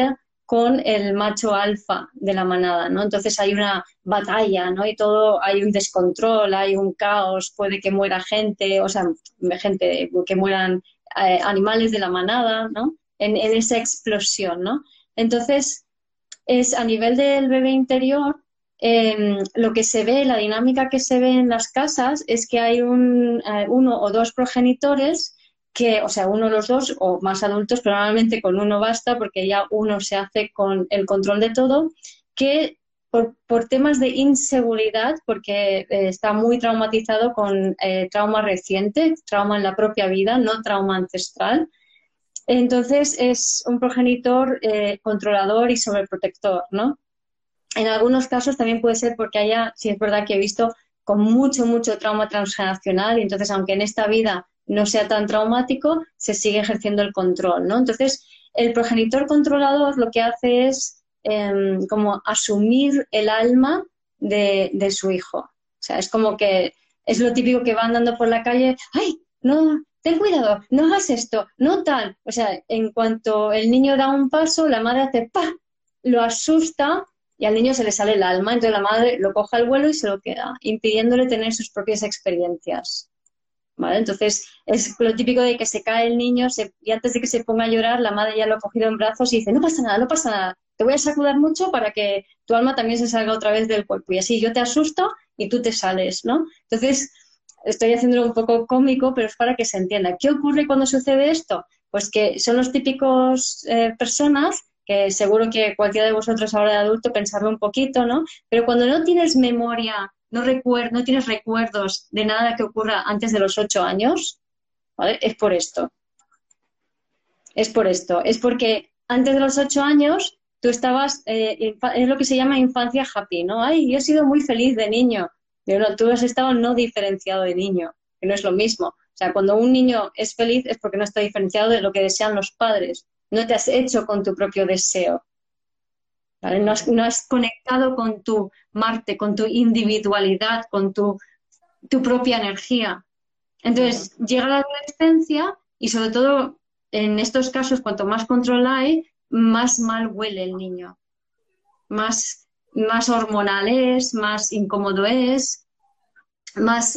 con el macho alfa de la manada, ¿no? Entonces hay una batalla, ¿no? Y todo, hay un descontrol, hay un caos, puede que muera gente, o sea, gente, que mueran animales de la manada, ¿no? En esa explosión, ¿no? Entonces, es a nivel del bebé interior, lo que se ve, la dinámica que se ve en las casas es que hay uno o dos progenitores que, o sea, uno o los dos o más adultos, pero normalmente con uno basta porque ya uno se hace con el control de todo, que por temas de inseguridad, porque está muy traumatizado con trauma reciente, trauma en la propia vida, no trauma ancestral. Entonces es un progenitor controlador y sobreprotector, ¿no? En algunos casos también puede ser porque haya, sí es verdad que he visto con mucho, mucho trauma transgeneracional y entonces aunque en esta vida no sea tan traumático, se sigue ejerciendo el control, ¿no? Entonces el progenitor controlador lo que hace es como asumir el alma de su hijo. O sea, es como que es lo típico que va andando por la calle, ¡ay! No, ten cuidado, no hagas esto, no tal. O sea, en cuanto el niño da un paso, la madre hace ¡pa! Lo asusta y al niño se le sale el alma, entonces la madre lo coge al vuelo y se lo queda, impidiéndole tener sus propias experiencias. ¿Vale? Entonces es lo típico de que se cae el niño y antes de que se ponga a llorar, la madre ya lo ha cogido en brazos y dice, no pasa nada, no pasa nada, te voy a sacudar mucho para que tu alma también se salga otra vez del cuerpo y así yo te asusto y tú te sales, ¿no? Entonces estoy haciéndolo un poco cómico, pero es para que se entienda. ¿Qué ocurre cuando sucede esto? Pues que son los típicos personas que seguro que cualquiera de vosotros ahora de adulto pensarlo un poquito, ¿no? Pero cuando no tienes memoria, no tienes recuerdos de nada que ocurra antes de los 8 años, ¿vale? Es por esto. Es por esto. Es porque antes de los 8 años tú estabas, es lo que se llama infancia happy, ¿no? Ay, yo he sido muy feliz de niño. Pero no, tú has estado no diferenciado de niño, que no es lo mismo. O sea, cuando un niño es feliz es porque no está diferenciado de lo que desean los padres. No te has hecho con tu propio deseo. ¿Vale? No has conectado con tu Marte, con tu individualidad, con tu propia energía. Entonces, llega la adolescencia y sobre todo en estos casos, cuanto más control hay, más mal huele el niño. Más hormonal es, más incómodo es, más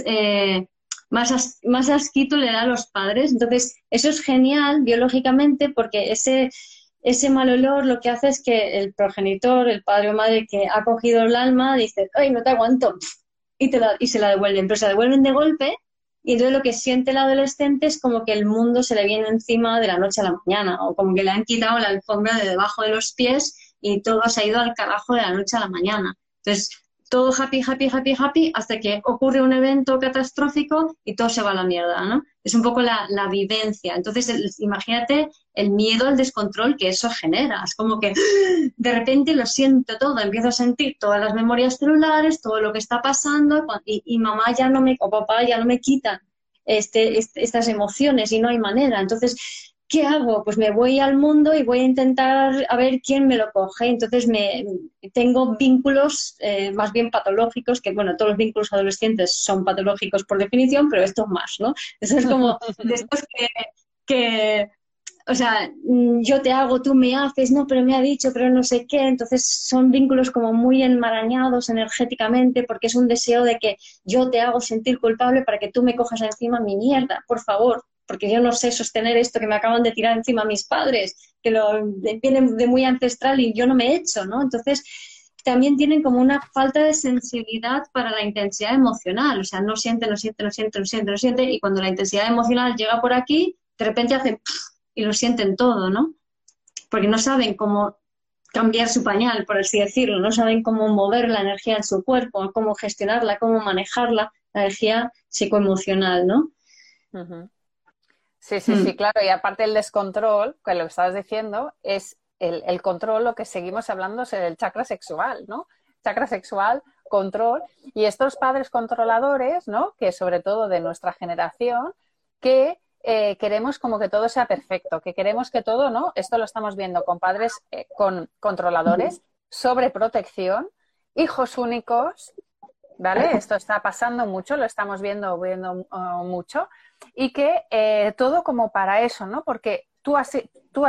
asquito le da a los padres. Entonces, eso es genial biológicamente porque ese mal olor lo que hace es que el progenitor, el padre o madre que ha cogido el alma, dice, ¡ay, no te aguanto! Y se la devuelven, pero se la devuelven de golpe y entonces lo que siente el adolescente es como que el mundo se le viene encima de la noche a la mañana o como que le han quitado la alfombra de debajo de los pies y todo se ha ido al carajo de la noche a la mañana. Entonces, todo happy, happy, happy, happy, hasta que ocurre un evento catastrófico y todo se va a la mierda, ¿no? Es un poco la vivencia. Entonces, imagínate el miedo al descontrol que eso genera. Es como que de repente lo siento todo, empiezo a sentir todas las memorias celulares, todo lo que está pasando y mamá ya no o papá ya no me quitan estas emociones y no hay manera. Entonces, ¿qué hago? Pues me voy al mundo y voy a intentar a ver quién me lo coge. Entonces tengo vínculos más bien patológicos, que bueno, todos los vínculos adolescentes son patológicos por definición, pero estos más, ¿no? Eso es como de estos que o sea, yo te hago, tú me haces, no, pero me ha dicho, pero no sé qué. Entonces son vínculos como muy enmarañados energéticamente porque es un deseo de que yo te hago sentir culpable para que tú me cojas encima mi mierda, por favor, porque yo no sé sostener esto que me acaban de tirar encima mis padres, que vienen de muy ancestral y yo no me he hecho, ¿no? Entonces también tienen como una falta de sensibilidad para la intensidad emocional, o sea, no siente, y cuando la intensidad emocional llega por aquí, de repente hacen y lo sienten todo, ¿no? Porque no saben cómo cambiar su pañal, por así decirlo, no saben cómo mover la energía en su cuerpo, cómo gestionarla, cómo manejarla, la energía psicoemocional, ¿no? Uh-huh. Sí, claro, y aparte el descontrol, que lo estabas diciendo, es el control, lo que seguimos hablando es el chakra sexual, ¿no? Chakra sexual, control, y estos padres controladores, ¿no? Que sobre todo de nuestra generación, que queremos como que todo sea perfecto, que queremos que todo, ¿no? Esto lo estamos viendo con padres controladores, sobreprotección, hijos únicos, ¿vale? Esto está pasando mucho, lo estamos viendo mucho, y que todo como para eso, ¿no? Porque tú has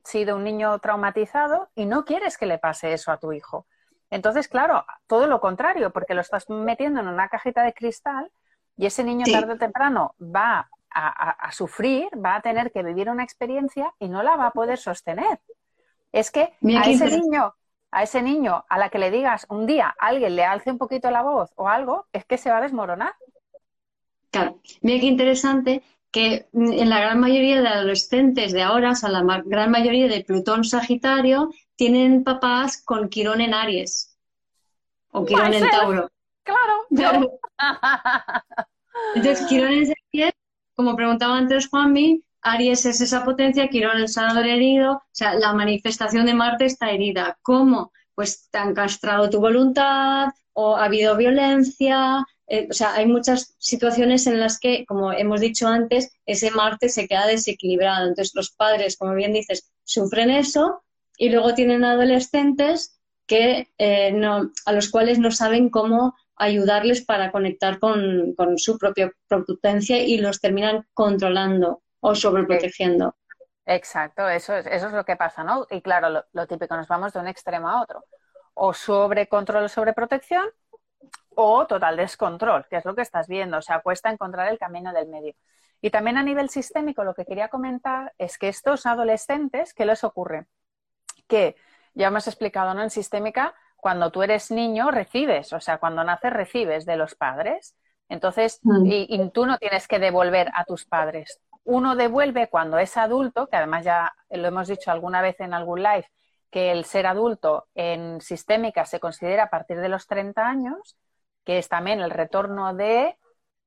sido un niño traumatizado y no quieres que le pase eso a tu hijo. Entonces, claro, todo lo contrario, porque lo estás metiendo en una cajita de cristal y ese niño tarde o temprano va a sufrir, va a tener que vivir una experiencia y no la va a poder sostener. Es que a ese niño a la que le digas un día, alguien le alce un poquito la voz o algo, es que se va a desmoronar. Claro, mira qué interesante que en la gran mayoría de adolescentes de ahora, o sea, la gran mayoría de Plutón Sagitario, tienen papás con Quirón en Aries o Quirón en Myself, Tauro. claro, yo. Entonces, Quirón es Aries, como preguntaba antes Juanmi, Aries es esa potencia, Quirón el sanador herido, o sea, la manifestación de Marte está herida. ¿Cómo? Pues te han castrado tu voluntad o ha habido violencia, o sea, hay muchas situaciones en las que, como hemos dicho antes, ese Marte se queda desequilibrado. Entonces, los padres, como bien dices, sufren eso y luego tienen adolescentes que a los cuales no saben cómo ayudarles para conectar con su propia potencia y los terminan controlando o sobreprotegiendo. Exacto, eso es lo que pasa, ¿no? Y claro, lo típico, nos vamos de un extremo a otro. O sobrecontrol o sobreprotección o total descontrol, que es lo que estás viendo. O sea, cuesta encontrar el camino del medio. Y también a nivel sistémico lo que quería comentar es que estos adolescentes, ¿qué les ocurre? Que ya hemos explicado, ¿no? En sistémica, cuando tú eres niño recibes, o sea, cuando naces recibes de los padres. Entonces, y tú no tienes que devolver a tus padres. Uno devuelve cuando es adulto, que además ya lo hemos dicho alguna vez en algún live, que el ser adulto en sistémica se considera a partir de los 30 años, que es también el retorno de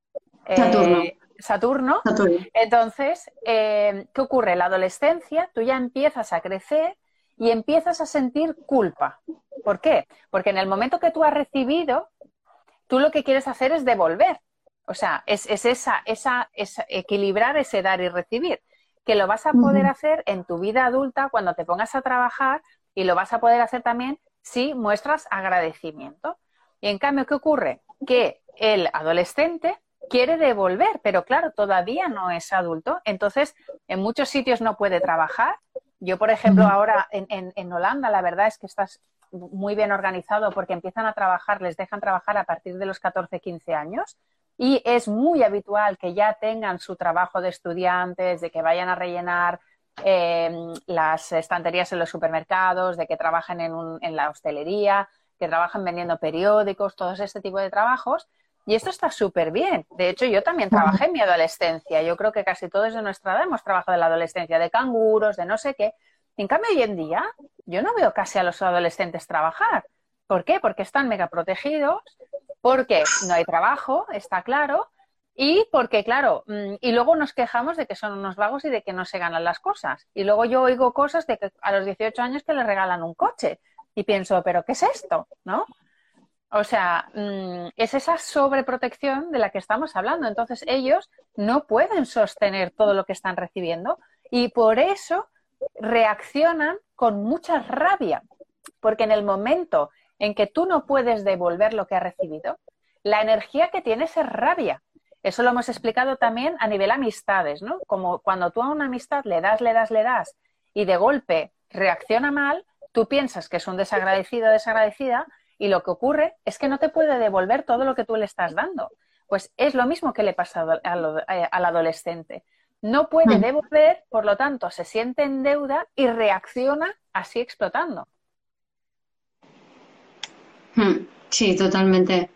Saturno. Entonces, ¿qué ocurre? En la adolescencia tú ya empiezas a crecer y empiezas a sentir culpa. ¿Por qué? Porque en el momento que tú has recibido, tú lo que quieres hacer es devolver. O sea, es equilibrar ese dar y recibir, que lo vas a poder hacer en tu vida adulta cuando te pongas a trabajar y lo vas a poder hacer también si muestras agradecimiento. Y en cambio, ¿qué ocurre? Que el adolescente quiere devolver, pero claro, todavía no es adulto, entonces en muchos sitios no puede trabajar. Yo, por ejemplo, ahora en Holanda, la verdad es que estás muy bien organizado porque empiezan a trabajar, les dejan trabajar a partir de los 14, 15 años y es muy habitual que ya tengan su trabajo de estudiantes, de que vayan a rellenar las estanterías en los supermercados, de que trabajen en la hostelería, que trabajen vendiendo periódicos, todos este tipo de trabajos. Y esto está súper bien. De hecho, yo también trabajé en mi adolescencia. Yo creo que casi todos de nuestra edad hemos trabajado en la adolescencia, de canguros, de no sé qué. En cambio, hoy en día, yo no veo casi a los adolescentes trabajar. ¿Por qué? Porque están mega protegidos, porque no hay trabajo, está claro, y porque, claro, y luego nos quejamos de que son unos vagos y de que no se ganan las cosas. Y luego yo oigo cosas de que a los 18 años que les regalan un coche. Y pienso, ¿pero qué es esto? ¿No? O sea, es esa sobreprotección de la que estamos hablando. Entonces, ellos no pueden sostener todo lo que están recibiendo y por eso reaccionan con mucha rabia. Porque en el momento en que tú no puedes devolver lo que has recibido, la energía que tienes es rabia. Eso lo hemos explicado también a nivel amistades, ¿no? Como cuando tú a una amistad le das y de golpe reacciona mal, tú piensas que es un desagradecido o desagradecida y lo que ocurre es que no te puede devolver todo lo que tú le estás dando. Pues es lo mismo que le pasa al adolescente. No puede devolver, por lo tanto, se siente en deuda y reacciona así explotando. Sí, totalmente.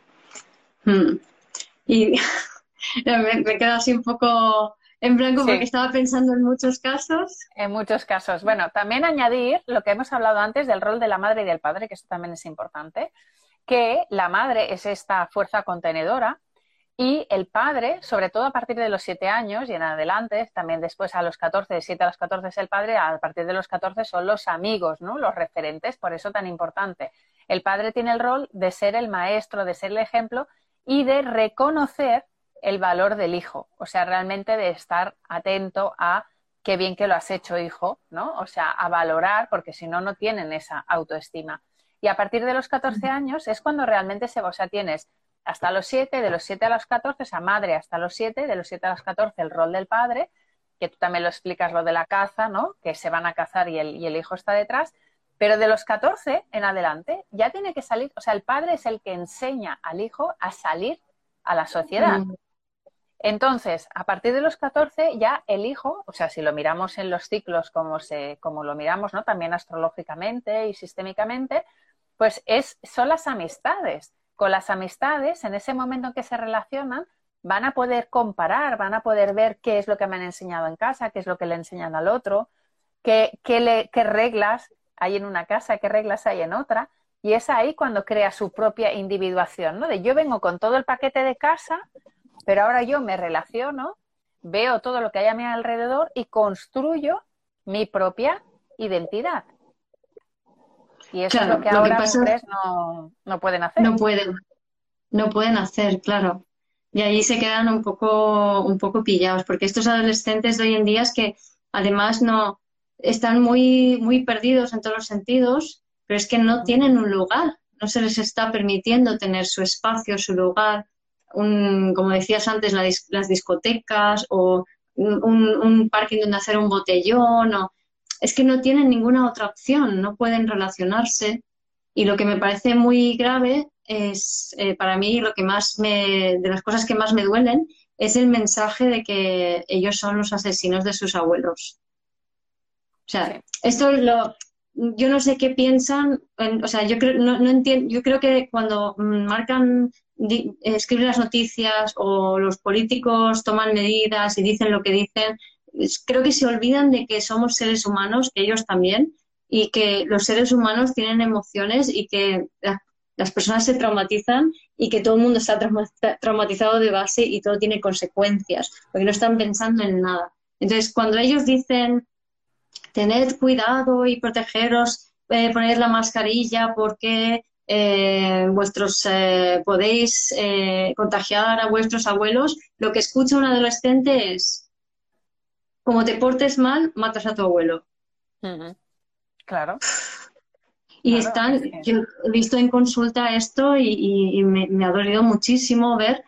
Y me quedo así un poco en blanco porque estaba pensando en muchos casos. En muchos casos. Bueno, también añadir lo que hemos hablado antes del rol de la madre y del padre, que esto también es importante, que la madre es esta fuerza contenedora y el padre, sobre todo a partir de los 7 años y en adelante, también después a los 14, de 7 a los 14 es el padre, a partir de los 14 son los amigos, ¿no? Los referentes, por eso tan importante. El padre tiene el rol de ser el maestro, de ser el ejemplo y de reconocer el valor del hijo, o sea, realmente de estar atento a qué bien que lo has hecho, hijo, ¿no? O sea, a valorar, porque si no, no tienen esa autoestima. Y a partir de los 14 años es cuando realmente o sea, tienes hasta los 7, de los 7 a los 14, esa madre hasta los 7, de los 7 a los 14 el rol del padre, que tú también lo explicas, lo de la caza, ¿no? Que se van a cazar y el hijo está detrás, pero de los 14 en adelante ya tiene que salir, o sea, el padre es el que enseña al hijo a salir a la sociedad. Entonces, a partir de los 14 ya el hijo, o sea, si lo miramos en los ciclos como lo miramos, ¿no? También astrológicamente y sistémicamente, pues son las amistades. Con las amistades, en ese momento en que se relacionan, van a poder comparar, van a poder ver qué es lo que me han enseñado en casa, qué es lo que le enseñan al otro, qué reglas hay en una casa, qué reglas hay en otra, y es ahí cuando crea su propia individuación, ¿no? De yo vengo con todo el paquete de casa, pero ahora yo me relaciono, veo todo lo que hay a mi alrededor y construyo mi propia identidad. Y eso Claro, es lo que lo que ahora pasa hombres no pueden hacer. no pueden hacer, claro. Y ahí se quedan un poco pillados, porque estos adolescentes de hoy en día es que además no están muy, muy perdidos en todos los sentidos, pero es que no tienen un lugar, no se les está permitiendo tener su espacio, su lugar, como decías antes, las discotecas o un parking donde hacer un botellón, es que no tienen ninguna otra opción, no pueden relacionarse. Y lo que me parece muy grave es, para mí, de las cosas que más me duelen, es el mensaje de que ellos son los asesinos de sus abuelos. O sea, yo no sé qué piensan, o sea, yo creo, no entiendo, yo creo que cuando escriben las noticias o los políticos toman medidas y dicen lo que dicen, creo que se olvidan de que somos seres humanos, ellos también, y que los seres humanos tienen emociones y que las personas se traumatizan y que todo el mundo está traumatizado de base y todo tiene consecuencias, porque no están pensando en nada. Entonces, cuando ellos dicen tened cuidado y protegeros, poned la mascarilla porque podéis contagiar a vuestros abuelos, lo que escucha un adolescente es, como te portes mal, matas a tu abuelo. Claro. Y yo he visto en consulta esto y me ha dolido muchísimo ver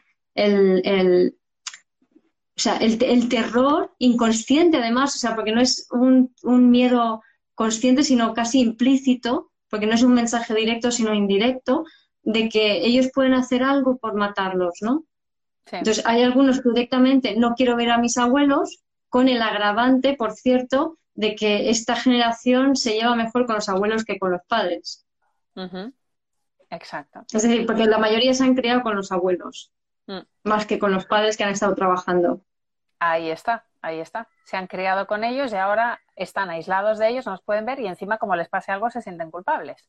o sea, el terror inconsciente además, o sea, porque no es un miedo consciente, sino casi implícito, porque no es un mensaje directo, sino indirecto, de que ellos pueden hacer algo por matarlos, ¿no? Sí. Entonces, hay algunos que directamente no quiero ver a mis abuelos, con el agravante, por cierto, de que esta generación se lleva mejor con los abuelos que con los padres. Exacto. Es decir, porque la mayoría se han criado con los abuelos, más que con los padres que han estado trabajando. Ahí está. Se han criado con ellos y ahora están aislados de ellos, no los pueden ver y encima como les pase algo se sienten culpables.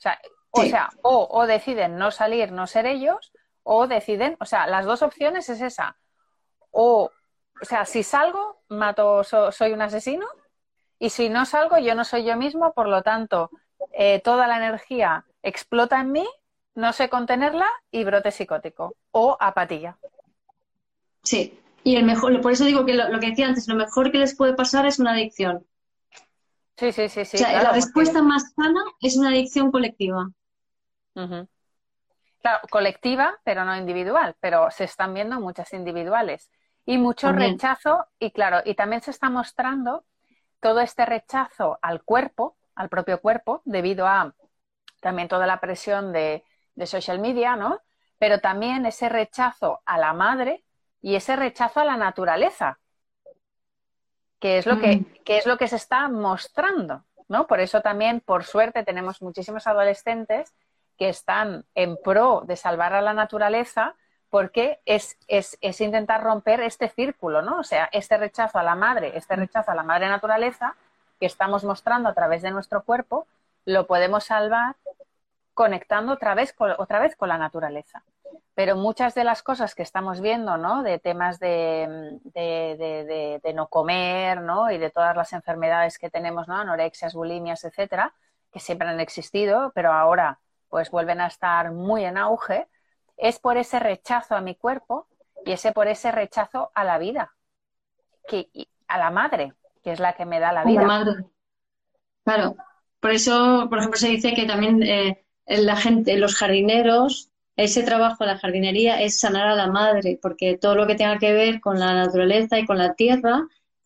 O deciden no salir, no ser ellos, o deciden, o sea, las dos opciones es esa. O sea, si salgo, soy un asesino, y si no salgo, yo no soy yo mismo, por lo tanto, toda la energía explota en mí, no sé contenerla y brote psicótico o apatía. Sí, y por eso digo que lo que decía antes, lo mejor que les puede pasar es una adicción. Sí. O sea, claro, la respuesta más sana es una adicción colectiva. Claro, colectiva, pero no individual, pero se están viendo muchas individuales. Y mucho También. rechazo, y claro, y también se está mostrando todo este rechazo al cuerpo, al propio cuerpo, debido a también toda la presión de social media, ¿no? Pero también ese rechazo a la madre y ese rechazo a la naturaleza, que es lo que se está mostrando, ¿no? Por eso también, por suerte, tenemos muchísimos adolescentes que están en pro de salvar a la naturaleza porque es intentar romper este círculo, ¿no? O sea, este rechazo a la madre naturaleza que estamos mostrando a través de nuestro cuerpo, lo podemos salvar conectando otra vez con la naturaleza. Pero muchas de las cosas que estamos viendo, ¿no? De temas de no comer, ¿no? Y de todas las enfermedades que tenemos, ¿no? Anorexias, bulimias, etcétera, que siempre han existido, pero ahora pues vuelven a estar muy en auge, es por ese rechazo a mi cuerpo y por ese rechazo a la vida, a la madre, que es la que me da la vida. A la madre. Claro. Por eso, por ejemplo, se dice que también la gente, los jardineros, ese trabajo de la jardinería es sanar a la madre, porque todo lo que tenga que ver con la naturaleza y con la tierra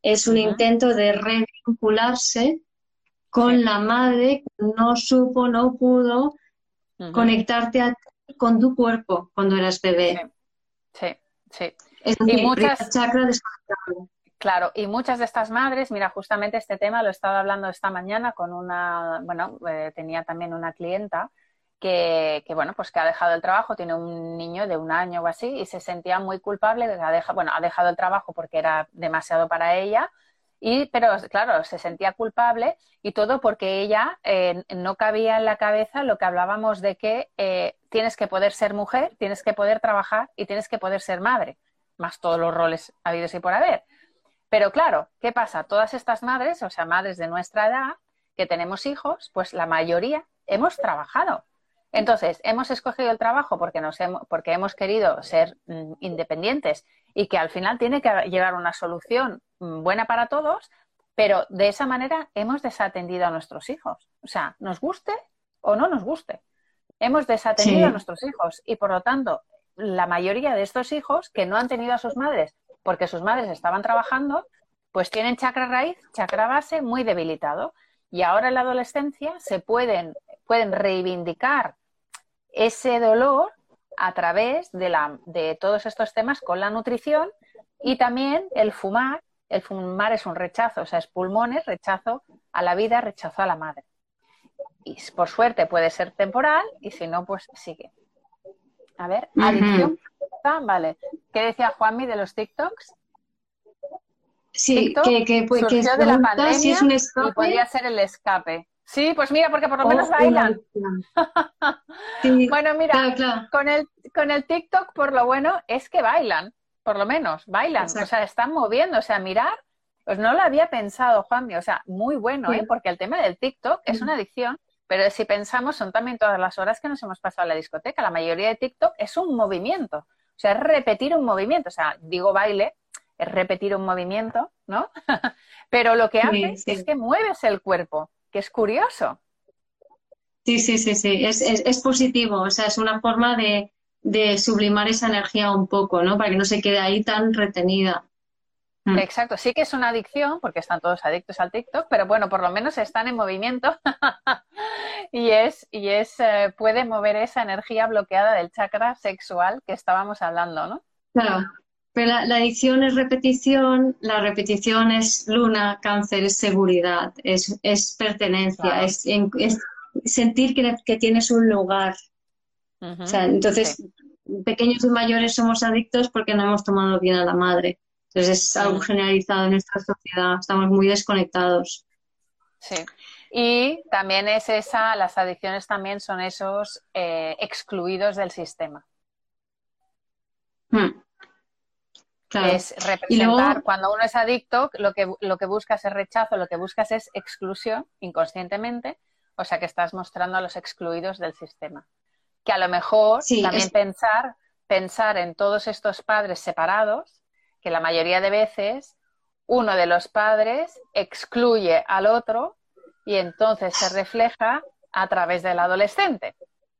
es un intento de revincularse con la madre que no supo, no pudo conectarte con tu cuerpo cuando eras bebé. Sí, sí. Es Y decir, muchas, chakra desconectado. claro, y muchas de estas madres, mira, justamente este tema lo he estado hablando esta mañana con una, bueno, tenía también una clienta bueno, pues que ha dejado el trabajo, tiene un niño de 1 año o así y se sentía muy culpable, ha dejado el trabajo porque era demasiado para ella, pero claro, se sentía culpable y todo porque ella no cabía en la cabeza lo que hablábamos de que tienes que poder ser mujer, tienes que poder trabajar y tienes que poder ser madre, más todos los roles habidos y por haber. Pero claro, ¿qué pasa? Todas estas madres, o sea, madres de nuestra edad, que tenemos hijos, pues la mayoría hemos trabajado. Entonces, hemos escogido el trabajo porque hemos querido ser independientes y que al final tiene que llegar una solución buena para todos, pero de esa manera hemos desatendido a nuestros hijos. O sea, nos guste o no nos guste. Hemos desatendido a nuestros hijos y, por lo tanto, la mayoría de estos hijos que no han tenido a sus madres porque sus madres estaban trabajando, pues tienen chakra raíz, chakra base muy debilitado. Y ahora en la adolescencia se pueden reivindicar ese dolor a través de todos estos temas con la nutrición y también el fumar. El fumar es un rechazo, o sea, es pulmones, rechazo a la vida, rechazo a la madre. Y por suerte puede ser temporal y si no, pues sigue. A ver, adicción. Vale. ¿Qué decía Juanmi de los TikToks? Sí, TikTok que surgió de la pandemia si es un escape, y podría ser el escape. Sí, pues mira, porque por lo menos bailan. Sí, Bueno, mira, claro. Con el TikTok, por lo bueno, es que bailan, por lo menos, bailan. Exacto. O sea, están moviendo, o sea, mirar, pues no lo había pensado, Juanmi, o sea, muy bueno, Sí. porque el tema del TikTok es una adicción, pero si pensamos, son también todas las horas que nos hemos pasado en la discoteca. La mayoría de TikTok es un movimiento, o sea, es repetir un movimiento, o sea, digo baile, es repetir un movimiento, ¿no? Pero lo que hace es que mueves el cuerpo, que es curioso. Sí, es positivo, o sea, es una forma de sublimar esa energía un poco, ¿no? Para que no se quede ahí tan retenida. Exacto, sí que es una adicción, porque están todos adictos al TikTok, pero bueno, por lo menos están en movimiento y puede mover esa energía bloqueada del chakra sexual que estábamos hablando, ¿no? Claro, pero la adicción es repetición, la repetición es luna, cáncer, es seguridad, es pertenencia, claro. es sentir que tienes un lugar. O sea, entonces, pequeños y mayores somos adictos porque no hemos tomado bien a la madre. Entonces es algo generalizado en nuestra sociedad, estamos muy desconectados. Sí, y también las adicciones también son esos excluidos del sistema. Claro. Es representar, luego, cuando uno es adicto, lo que buscas es rechazo, lo que buscas es exclusión inconscientemente, o sea que estás mostrando a los excluidos del sistema. Que a lo mejor también pensar en todos estos padres separados, que la mayoría de veces uno de los padres excluye al otro y entonces se refleja a través del adolescente.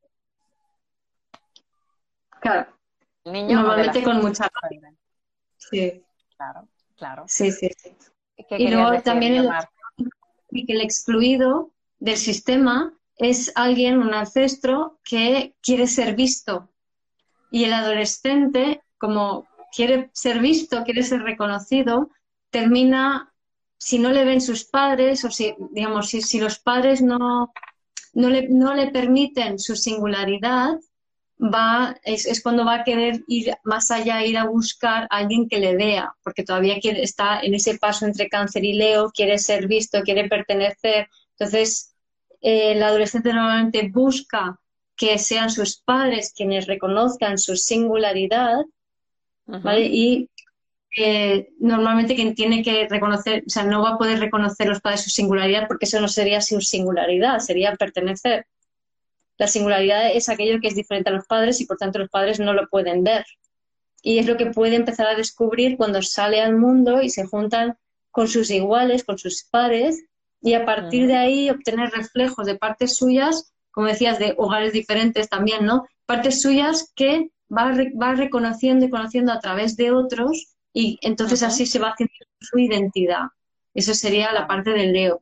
Claro. El niño normalmente con mucha rabia. Sí. Claro. Sí. Y luego también el excluido del sistema es alguien, un ancestro, que quiere ser visto. Y el adolescente, como quiere ser visto, quiere ser reconocido, termina, si no le ven sus padres, o si los padres no le permiten su singularidad, es cuando va a querer ir más allá, ir a buscar a alguien que le vea, porque todavía está en ese paso entre Cáncer y Leo, quiere ser visto, quiere pertenecer. Entonces, el adolescente normalmente busca que sean sus padres quienes reconozcan su singularidad, ¿vale? Y normalmente quien tiene que reconocer, o sea, no va a poder reconocer los padres su singularidad porque eso no sería su singularidad, sería pertenecer. La singularidad es aquello que es diferente a los padres y por tanto los padres no lo pueden ver. Y es lo que puede empezar a descubrir cuando sale al mundo y se juntan con sus iguales, con sus pares, y a partir de ahí obtener reflejos de partes suyas, como decías, de hogares diferentes también, ¿no? Partes suyas que va reconociendo y conociendo a través de otros y entonces así se va haciendo su identidad. Eso sería la parte del Leo.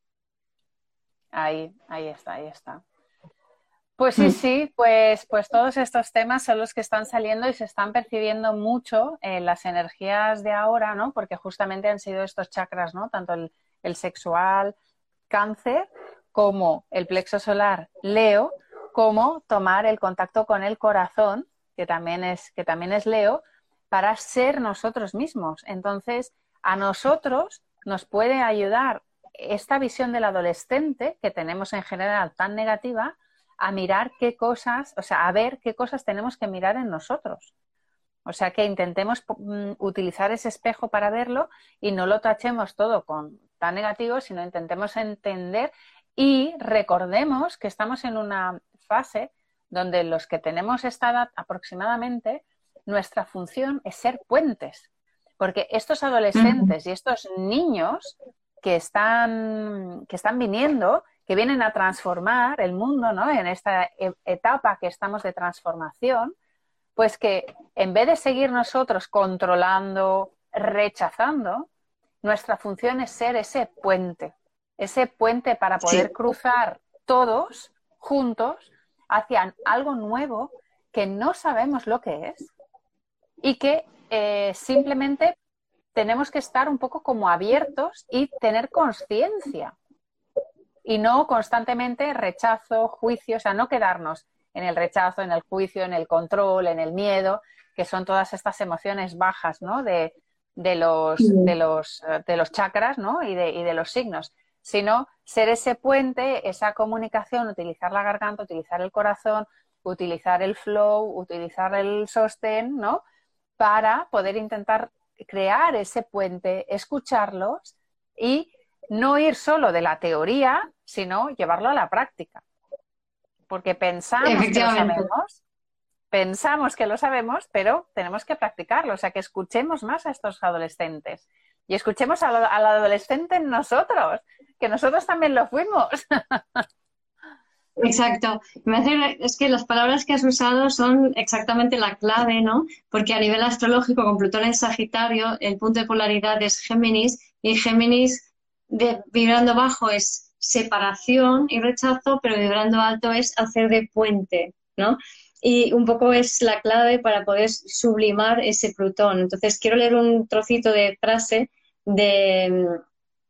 Ahí está, ahí está. Pues sí, pues todos estos temas son los que están saliendo y se están percibiendo mucho en las energías de ahora, ¿no? Porque justamente han sido estos chakras, ¿no? Tanto el sexual, Cáncer, como el plexo solar, Leo, como tomar el contacto con el corazón, que también es Leo, para ser nosotros mismos. Entonces, a nosotros nos puede ayudar esta visión del adolescente, que tenemos en general tan negativa, a mirar qué cosas, o sea, a ver qué cosas tenemos que mirar en nosotros. O sea, que intentemos utilizar ese espejo para verlo y no lo tachemos todo con tan negativo, sino intentemos entender y recordemos que estamos en una fase donde los que tenemos esta edad aproximadamente, nuestra función es ser puentes. Porque estos adolescentes y estos niños que están viniendo, que vienen a transformar el mundo, ¿no? En esta etapa que estamos de transformación, pues que en vez de seguir nosotros controlando, rechazando, nuestra función es ser ese puente para poder cruzar todos juntos hacia algo nuevo que no sabemos lo que es y que simplemente tenemos que estar un poco como abiertos y tener conciencia. Y no constantemente rechazo, juicio, o sea, no quedarnos en el rechazo, en el juicio, en el control, en el miedo, que son todas estas emociones bajas, ¿no? de los chakras, ¿no? y de los signos, sino ser ese puente, esa comunicación, utilizar la garganta, utilizar el corazón, utilizar el flow, utilizar el sostén, ¿no? Para poder intentar crear ese puente, escucharlos y no ir solo de la teoría, sino llevarlo a la práctica. Porque pensamos que lo sabemos, pero tenemos que practicarlo. O sea, que escuchemos más a estos adolescentes y escuchemos al adolescente en nosotros, que nosotros también lo fuimos. Exacto. Es que las palabras que has usado son exactamente la clave, ¿no? Porque a nivel astrológico, con Plutón en Sagitario, el punto de polaridad es Géminis, y Géminis vibrando bajo es separación y rechazo, pero vibrando alto es hacer de puente, ¿no? Y un poco es la clave para poder sublimar ese Plutón. Entonces, quiero leer un trocito de frase de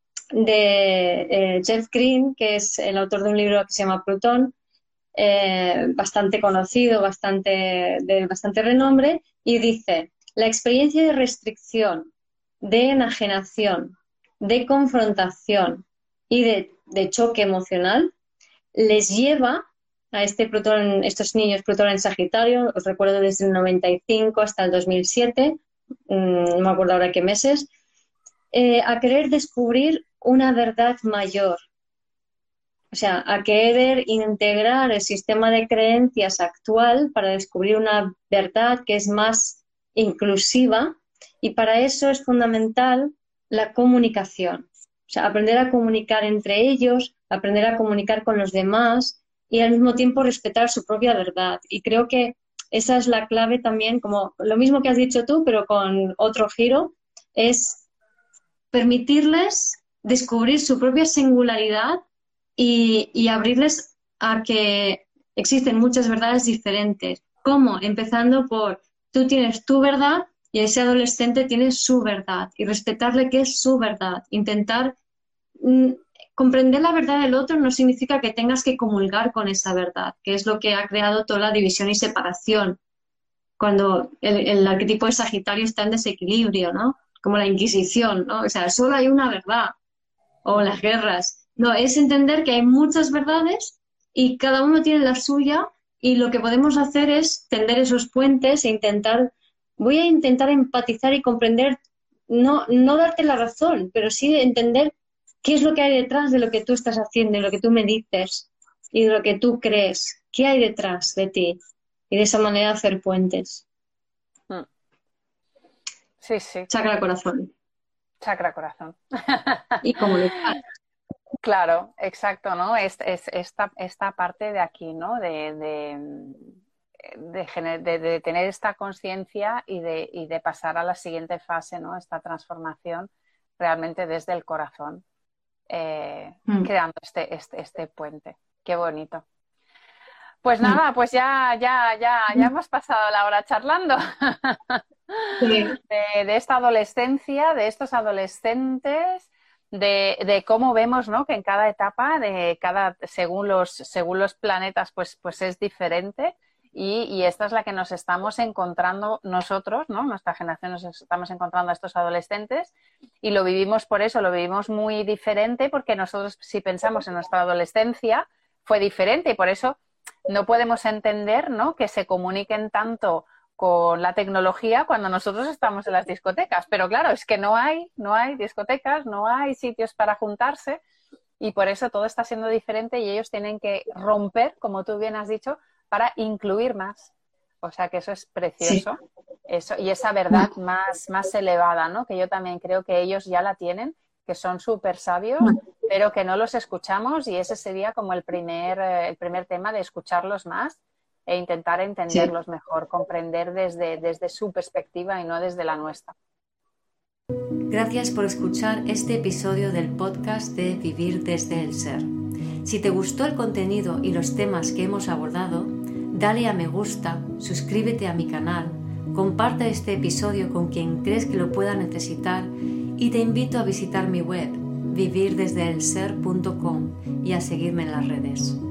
Jeff Green, que es el autor de un libro que se llama Plutón, bastante conocido, de bastante renombre, y dice: la experiencia de restricción, de enajenación, de confrontación y de choque emocional les lleva a estos niños Plutón en Sagitario, os recuerdo desde el 95 hasta el 2007, no me acuerdo ahora qué meses, a querer descubrir una verdad mayor. O sea, a querer integrar el sistema de creencias actual para descubrir una verdad que es más inclusiva, y para eso es fundamental la comunicación. O sea, aprender a comunicar entre ellos, aprender a comunicar con los demás y al mismo tiempo respetar su propia verdad. Y creo que esa es la clave también, como lo mismo que has dicho tú, pero con otro giro, es permitirles descubrir su propia singularidad y abrirles a que existen muchas verdades diferentes. ¿Cómo? Empezando por tú tienes tu verdad y ese adolescente tiene su verdad, y respetarle que es su verdad. Intentar comprender la verdad del otro no significa que tengas que comulgar con esa verdad, que es lo que ha creado toda la división y separación, cuando el arquetipo de Sagitario está en desequilibrio, ¿no? Como la Inquisición, ¿no? O sea, solo hay una verdad, o las guerras. No, es entender que hay muchas verdades y cada uno tiene la suya, y lo que podemos hacer es tender esos puentes e voy a intentar empatizar y comprender, no darte la razón, pero sí entender qué es lo que hay detrás de lo que tú estás haciendo y lo que tú me dices y de lo que tú crees, qué hay detrás de ti, y de esa manera hacer puentes. Sí, sí. Chakra corazón. Chakra corazón. Y comunicar. Claro, exacto, ¿no? Esta parte de aquí, ¿no? De de tener esta conciencia y de pasar a la siguiente fase, ¿no? Esta transformación realmente desde el corazón, creando este puente. Qué bonito. Pues nada, pues ya hemos pasado la hora charlando de esta adolescencia, de estos adolescentes, de cómo vemos, ¿no? Que en cada etapa, según los planetas, pues es diferente. Y esta es la que nos estamos encontrando nosotros, ¿no? Nuestra generación nos estamos encontrando a estos adolescentes y lo vivimos por eso, lo vivimos muy diferente porque nosotros, si pensamos en nuestra adolescencia, fue diferente y por eso no podemos entender, ¿no? Que se comuniquen tanto con la tecnología cuando nosotros estamos en las discotecas. Pero claro, es que no hay discotecas, no hay sitios para juntarse y por eso todo está siendo diferente y ellos tienen que romper, como tú bien has dicho, para incluir más. O sea que eso es precioso. Sí. Eso, y esa verdad más elevada, ¿no? Que yo también creo que ellos ya la tienen, que son súper sabios, pero que no los escuchamos y ese sería como el primer tema de escucharlos más e intentar entenderlos mejor, comprender desde su perspectiva y no desde la nuestra. Gracias por escuchar este episodio del podcast de Vivir desde el Ser. Si te gustó el contenido y los temas que hemos abordado, dale a me gusta, suscríbete a mi canal, comparte este episodio con quien crees que lo pueda necesitar y te invito a visitar mi web vivirdesdeelser.com y a seguirme en las redes.